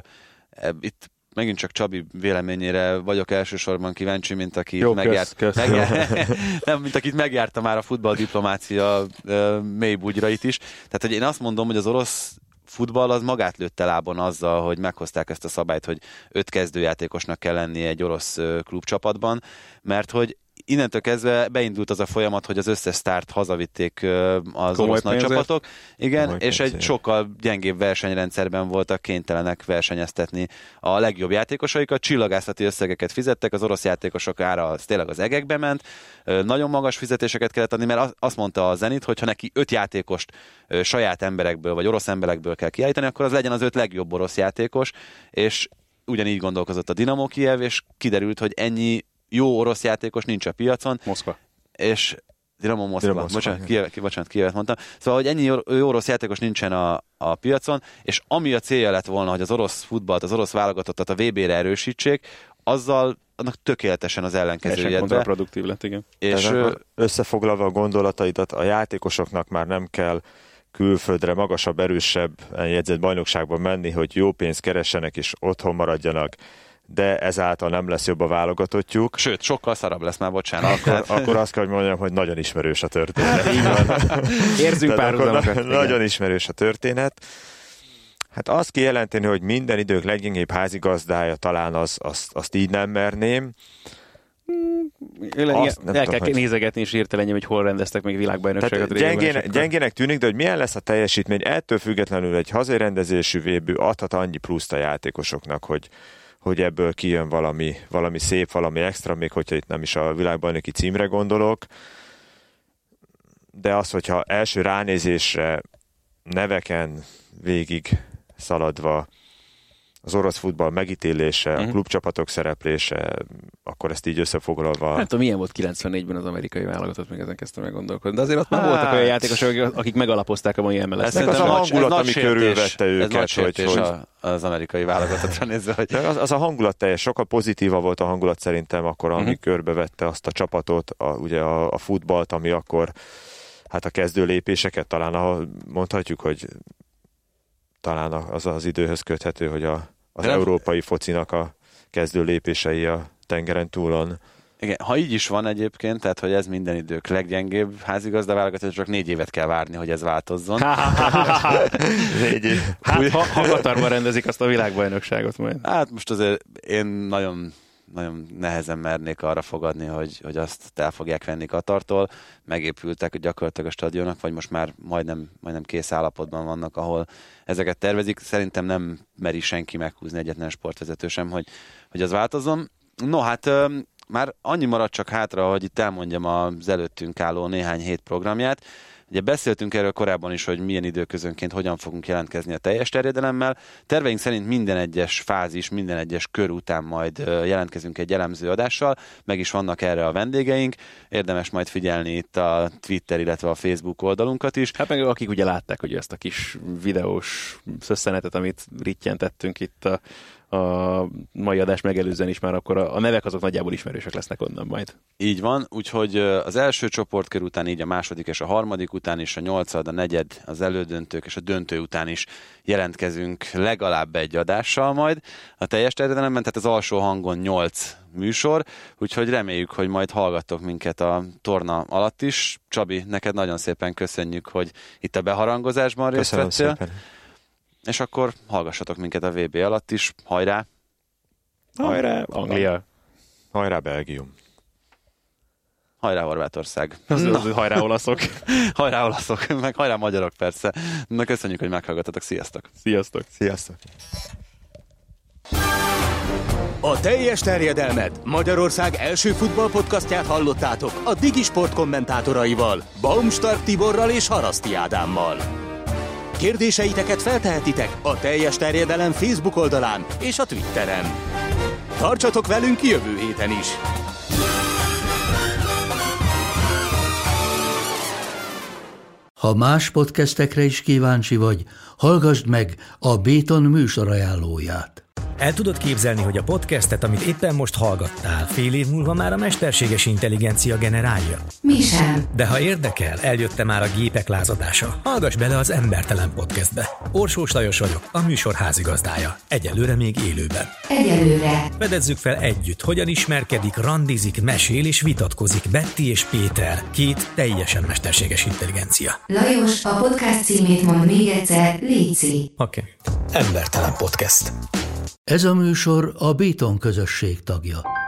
itt megint csak Csabi véleményére vagyok elsősorban kíváncsi, mint aki Jó, megjárt, kösz, kösz. megjárt, nem, mint akit megjárta már a futballdiplomácia uh, mély bugyrait is. Tehát, hogy én azt mondom, hogy az orosz futball az magát lőtte lábon azzal, hogy meghozták ezt a szabályt, hogy öt kezdőjátékosnak kell lennie egy orosz uh, klubcsapatban, mert hogy innentől kezdve beindult az a folyamat, hogy az összes sztárt hazavitték az Komoly orosz nagy csapatok. Igen, Komoly és pénzért. egy sokkal gyengébb versenyrendszerben voltak kénytelenek versenyeztetni a legjobb játékosaikat, csillagászati összegeket fizettek, az orosz játékosok ára az tényleg az egekbe ment, nagyon magas fizetéseket kellett adni, mert azt mondta a Zenit, hogy ha neki öt játékost saját emberekből, vagy orosz emberekből kell kiállítani, akkor az legyen az öt legjobb orosz játékos, és ugyanígy gondolkozott a Dinamo Kijev, és kiderült, hogy ennyi jó orosz játékos nincs a piacon. Moszkva. És Dinamo Moszkva. Dinamo Moszkva, bocsánat, Kijev, bocsánat, Kijevet mondtam. Szóval, hogy ennyi jó orosz játékos nincsen a, a piacon, és ami a célja lett volna, hogy az orosz futballt, az orosz válogatottat a vé bé-re erősítsék, azzal annak tökéletesen az ellenkezője jött be. Kontraproduktív lett, igen. És összefoglalva a gondolataidat, a játékosoknak már nem kell külföldre magasabb, erősebb jegyzett bajnokságban menni, hogy jó pénzt keressenek és otthon maradjanak, de ezáltal nem lesz jobb a válogatottjuk. Sőt, sokkal szarabb lesz már, bocsánat. Akkor, akkor azt kell, hogy mondjam, hogy nagyon ismerős a történet. Így van. Érzünk párhuzamokat. Nagyon ismerős a történet. Hát azt kijelenteni, hogy minden idők leggyengébb házigazdája, talán az, azt, azt így nem merném. Azt, el kell tudom, nézegetni és hirtelen, hogy hol rendeztek még világbajnokságot. Gyengének, gyengének tűnik, de hogy milyen lesz a teljesítmény, ettől függetlenül egy hazai rendezésű vé bé adhat annyi pluszt a játékosoknak, hogy, hogy ebből kijön valami, valami szép, valami extra, még hogyha itt nem is a világbajnoki címre gondolok. De az, hogyha első ránézésre neveken végig szaladva az orosz futball megítélése, uh-huh. a klubcsapatok szereplése, akkor ezt így összefoglalva... Nem tudom, milyen volt kilencvennégyben az amerikai válogatott, még ezen kezdtem meggondolkodni. De azért ott már hát... voltak olyan játékosok, akik megalapozták a mai em el es-t. Ez az a hangulat, ami körülvette őket. Ez nagy sértés hogy, hogy... az amerikai válogatottra nézve. Hogy... Az, az a hangulat teljes, sokkal pozitívabb volt a hangulat szerintem akkor, ami uh-huh. körbevette azt a csapatot, a, ugye a, a futballt, ami akkor hát a kezdő lépéseket talán ahol mondhatjuk, hogy talán az az időhöz köthető, hogy a, az nem... európai focinak a kezdő lépései a tengeren túlon. Igen, ha így is van egyébként, tehát hogy ez minden idők leggyengébb házigazda válogatott, csak négy évet kell várni, hogy ez változzon. négy év. Hát ha, ha Katarban rendezik azt a világbajnokságot majd. Hát most azért én nagyon... nagyon nehezen mernék arra fogadni, hogy, hogy azt el fogják venni Katartól. Megépültek gyakorlatilag a stadionok, vagy most már majdnem, majdnem kész állapotban vannak, ahol ezeket tervezik. Szerintem nem meri senki meghúzni, egyetlen sportvezető sem, hogy, hogy az változzon. No, hát már annyi maradt csak hátra, hogy itt elmondjam az előttünk álló néhány hét programját. Ugye beszéltünk erről korábban is, hogy milyen időközönként hogyan fogunk jelentkezni a teljes terjedelemmel. Terveink szerint minden egyes fázis, minden egyes kör után majd jelentkezünk egy elemző adással, meg is vannak erre a vendégeink. Érdemes majd figyelni itt a Twitter, illetve a Facebook oldalunkat is. Hát meg akik ugye látták, hogy ezt a kis videós szösszenetet, amit rittyentettünk itt a a mai adás megelőzően is már, akkor a, a nevek azok nagyjából ismerősek lesznek onnan majd. Így van, úgyhogy az első csoportkör után, így a második és a harmadik után is, a nyolcad, a negyed, az elődöntők és a döntő után is jelentkezünk legalább egy adással majd a teljes terjedelemben, tehát az alsó hangon nyolc műsor, úgyhogy reméljük, hogy majd hallgattok minket a torna alatt is. Csabi, neked nagyon szépen köszönjük, hogy itt a beharangozásban részt vettél. Köszönöm szépen. És akkor hallgassatok minket a vé bé alatt is. Hajrá! Hajrá, Anglia! Hajrá, Belgium! Hajrá, Horvátország! Az, az, hajrá, olaszok! Hajrá, olaszok! Meg hajrá, magyarok persze! Na, köszönjük, hogy meghallgattatok. Sziasztok! Sziasztok! Sziasztok! A teljes terjedelmet Magyarország első futballpodcastját hallottátok a Digisport kommentátoraival, Baumstark Tiborral és Haraszti Ádámmal. Kérdéseiteket feltehetitek a Teljes Terjedelem Facebook oldalán és a Twitteren. Tartsatok velünk jövő héten is! Ha más podcastekre is kíváncsi vagy, hallgassd meg a Béton műsor ajánlóját. El tudod képzelni, hogy a podcastet, amit éppen most hallgattál, fél év múlva már a mesterséges intelligencia generálja? Mi sem. De ha érdekel, eljött már a gépek lázadása. Hallgass bele az Embertelen podcastbe. Orsós Lajos vagyok, a műsor házigazdája. Egyelőre még élőben. Egyelőre. Fedezzük fel együtt, hogyan ismerkedik, randizik, mesél és vitatkozik Betty és Péter, két teljesen mesterséges intelligencia. Lajos, a podcast címét mond még egyszer, léci. Oké. Okay. Embertelen podcast. Ez a műsor a Béton közösség tagja.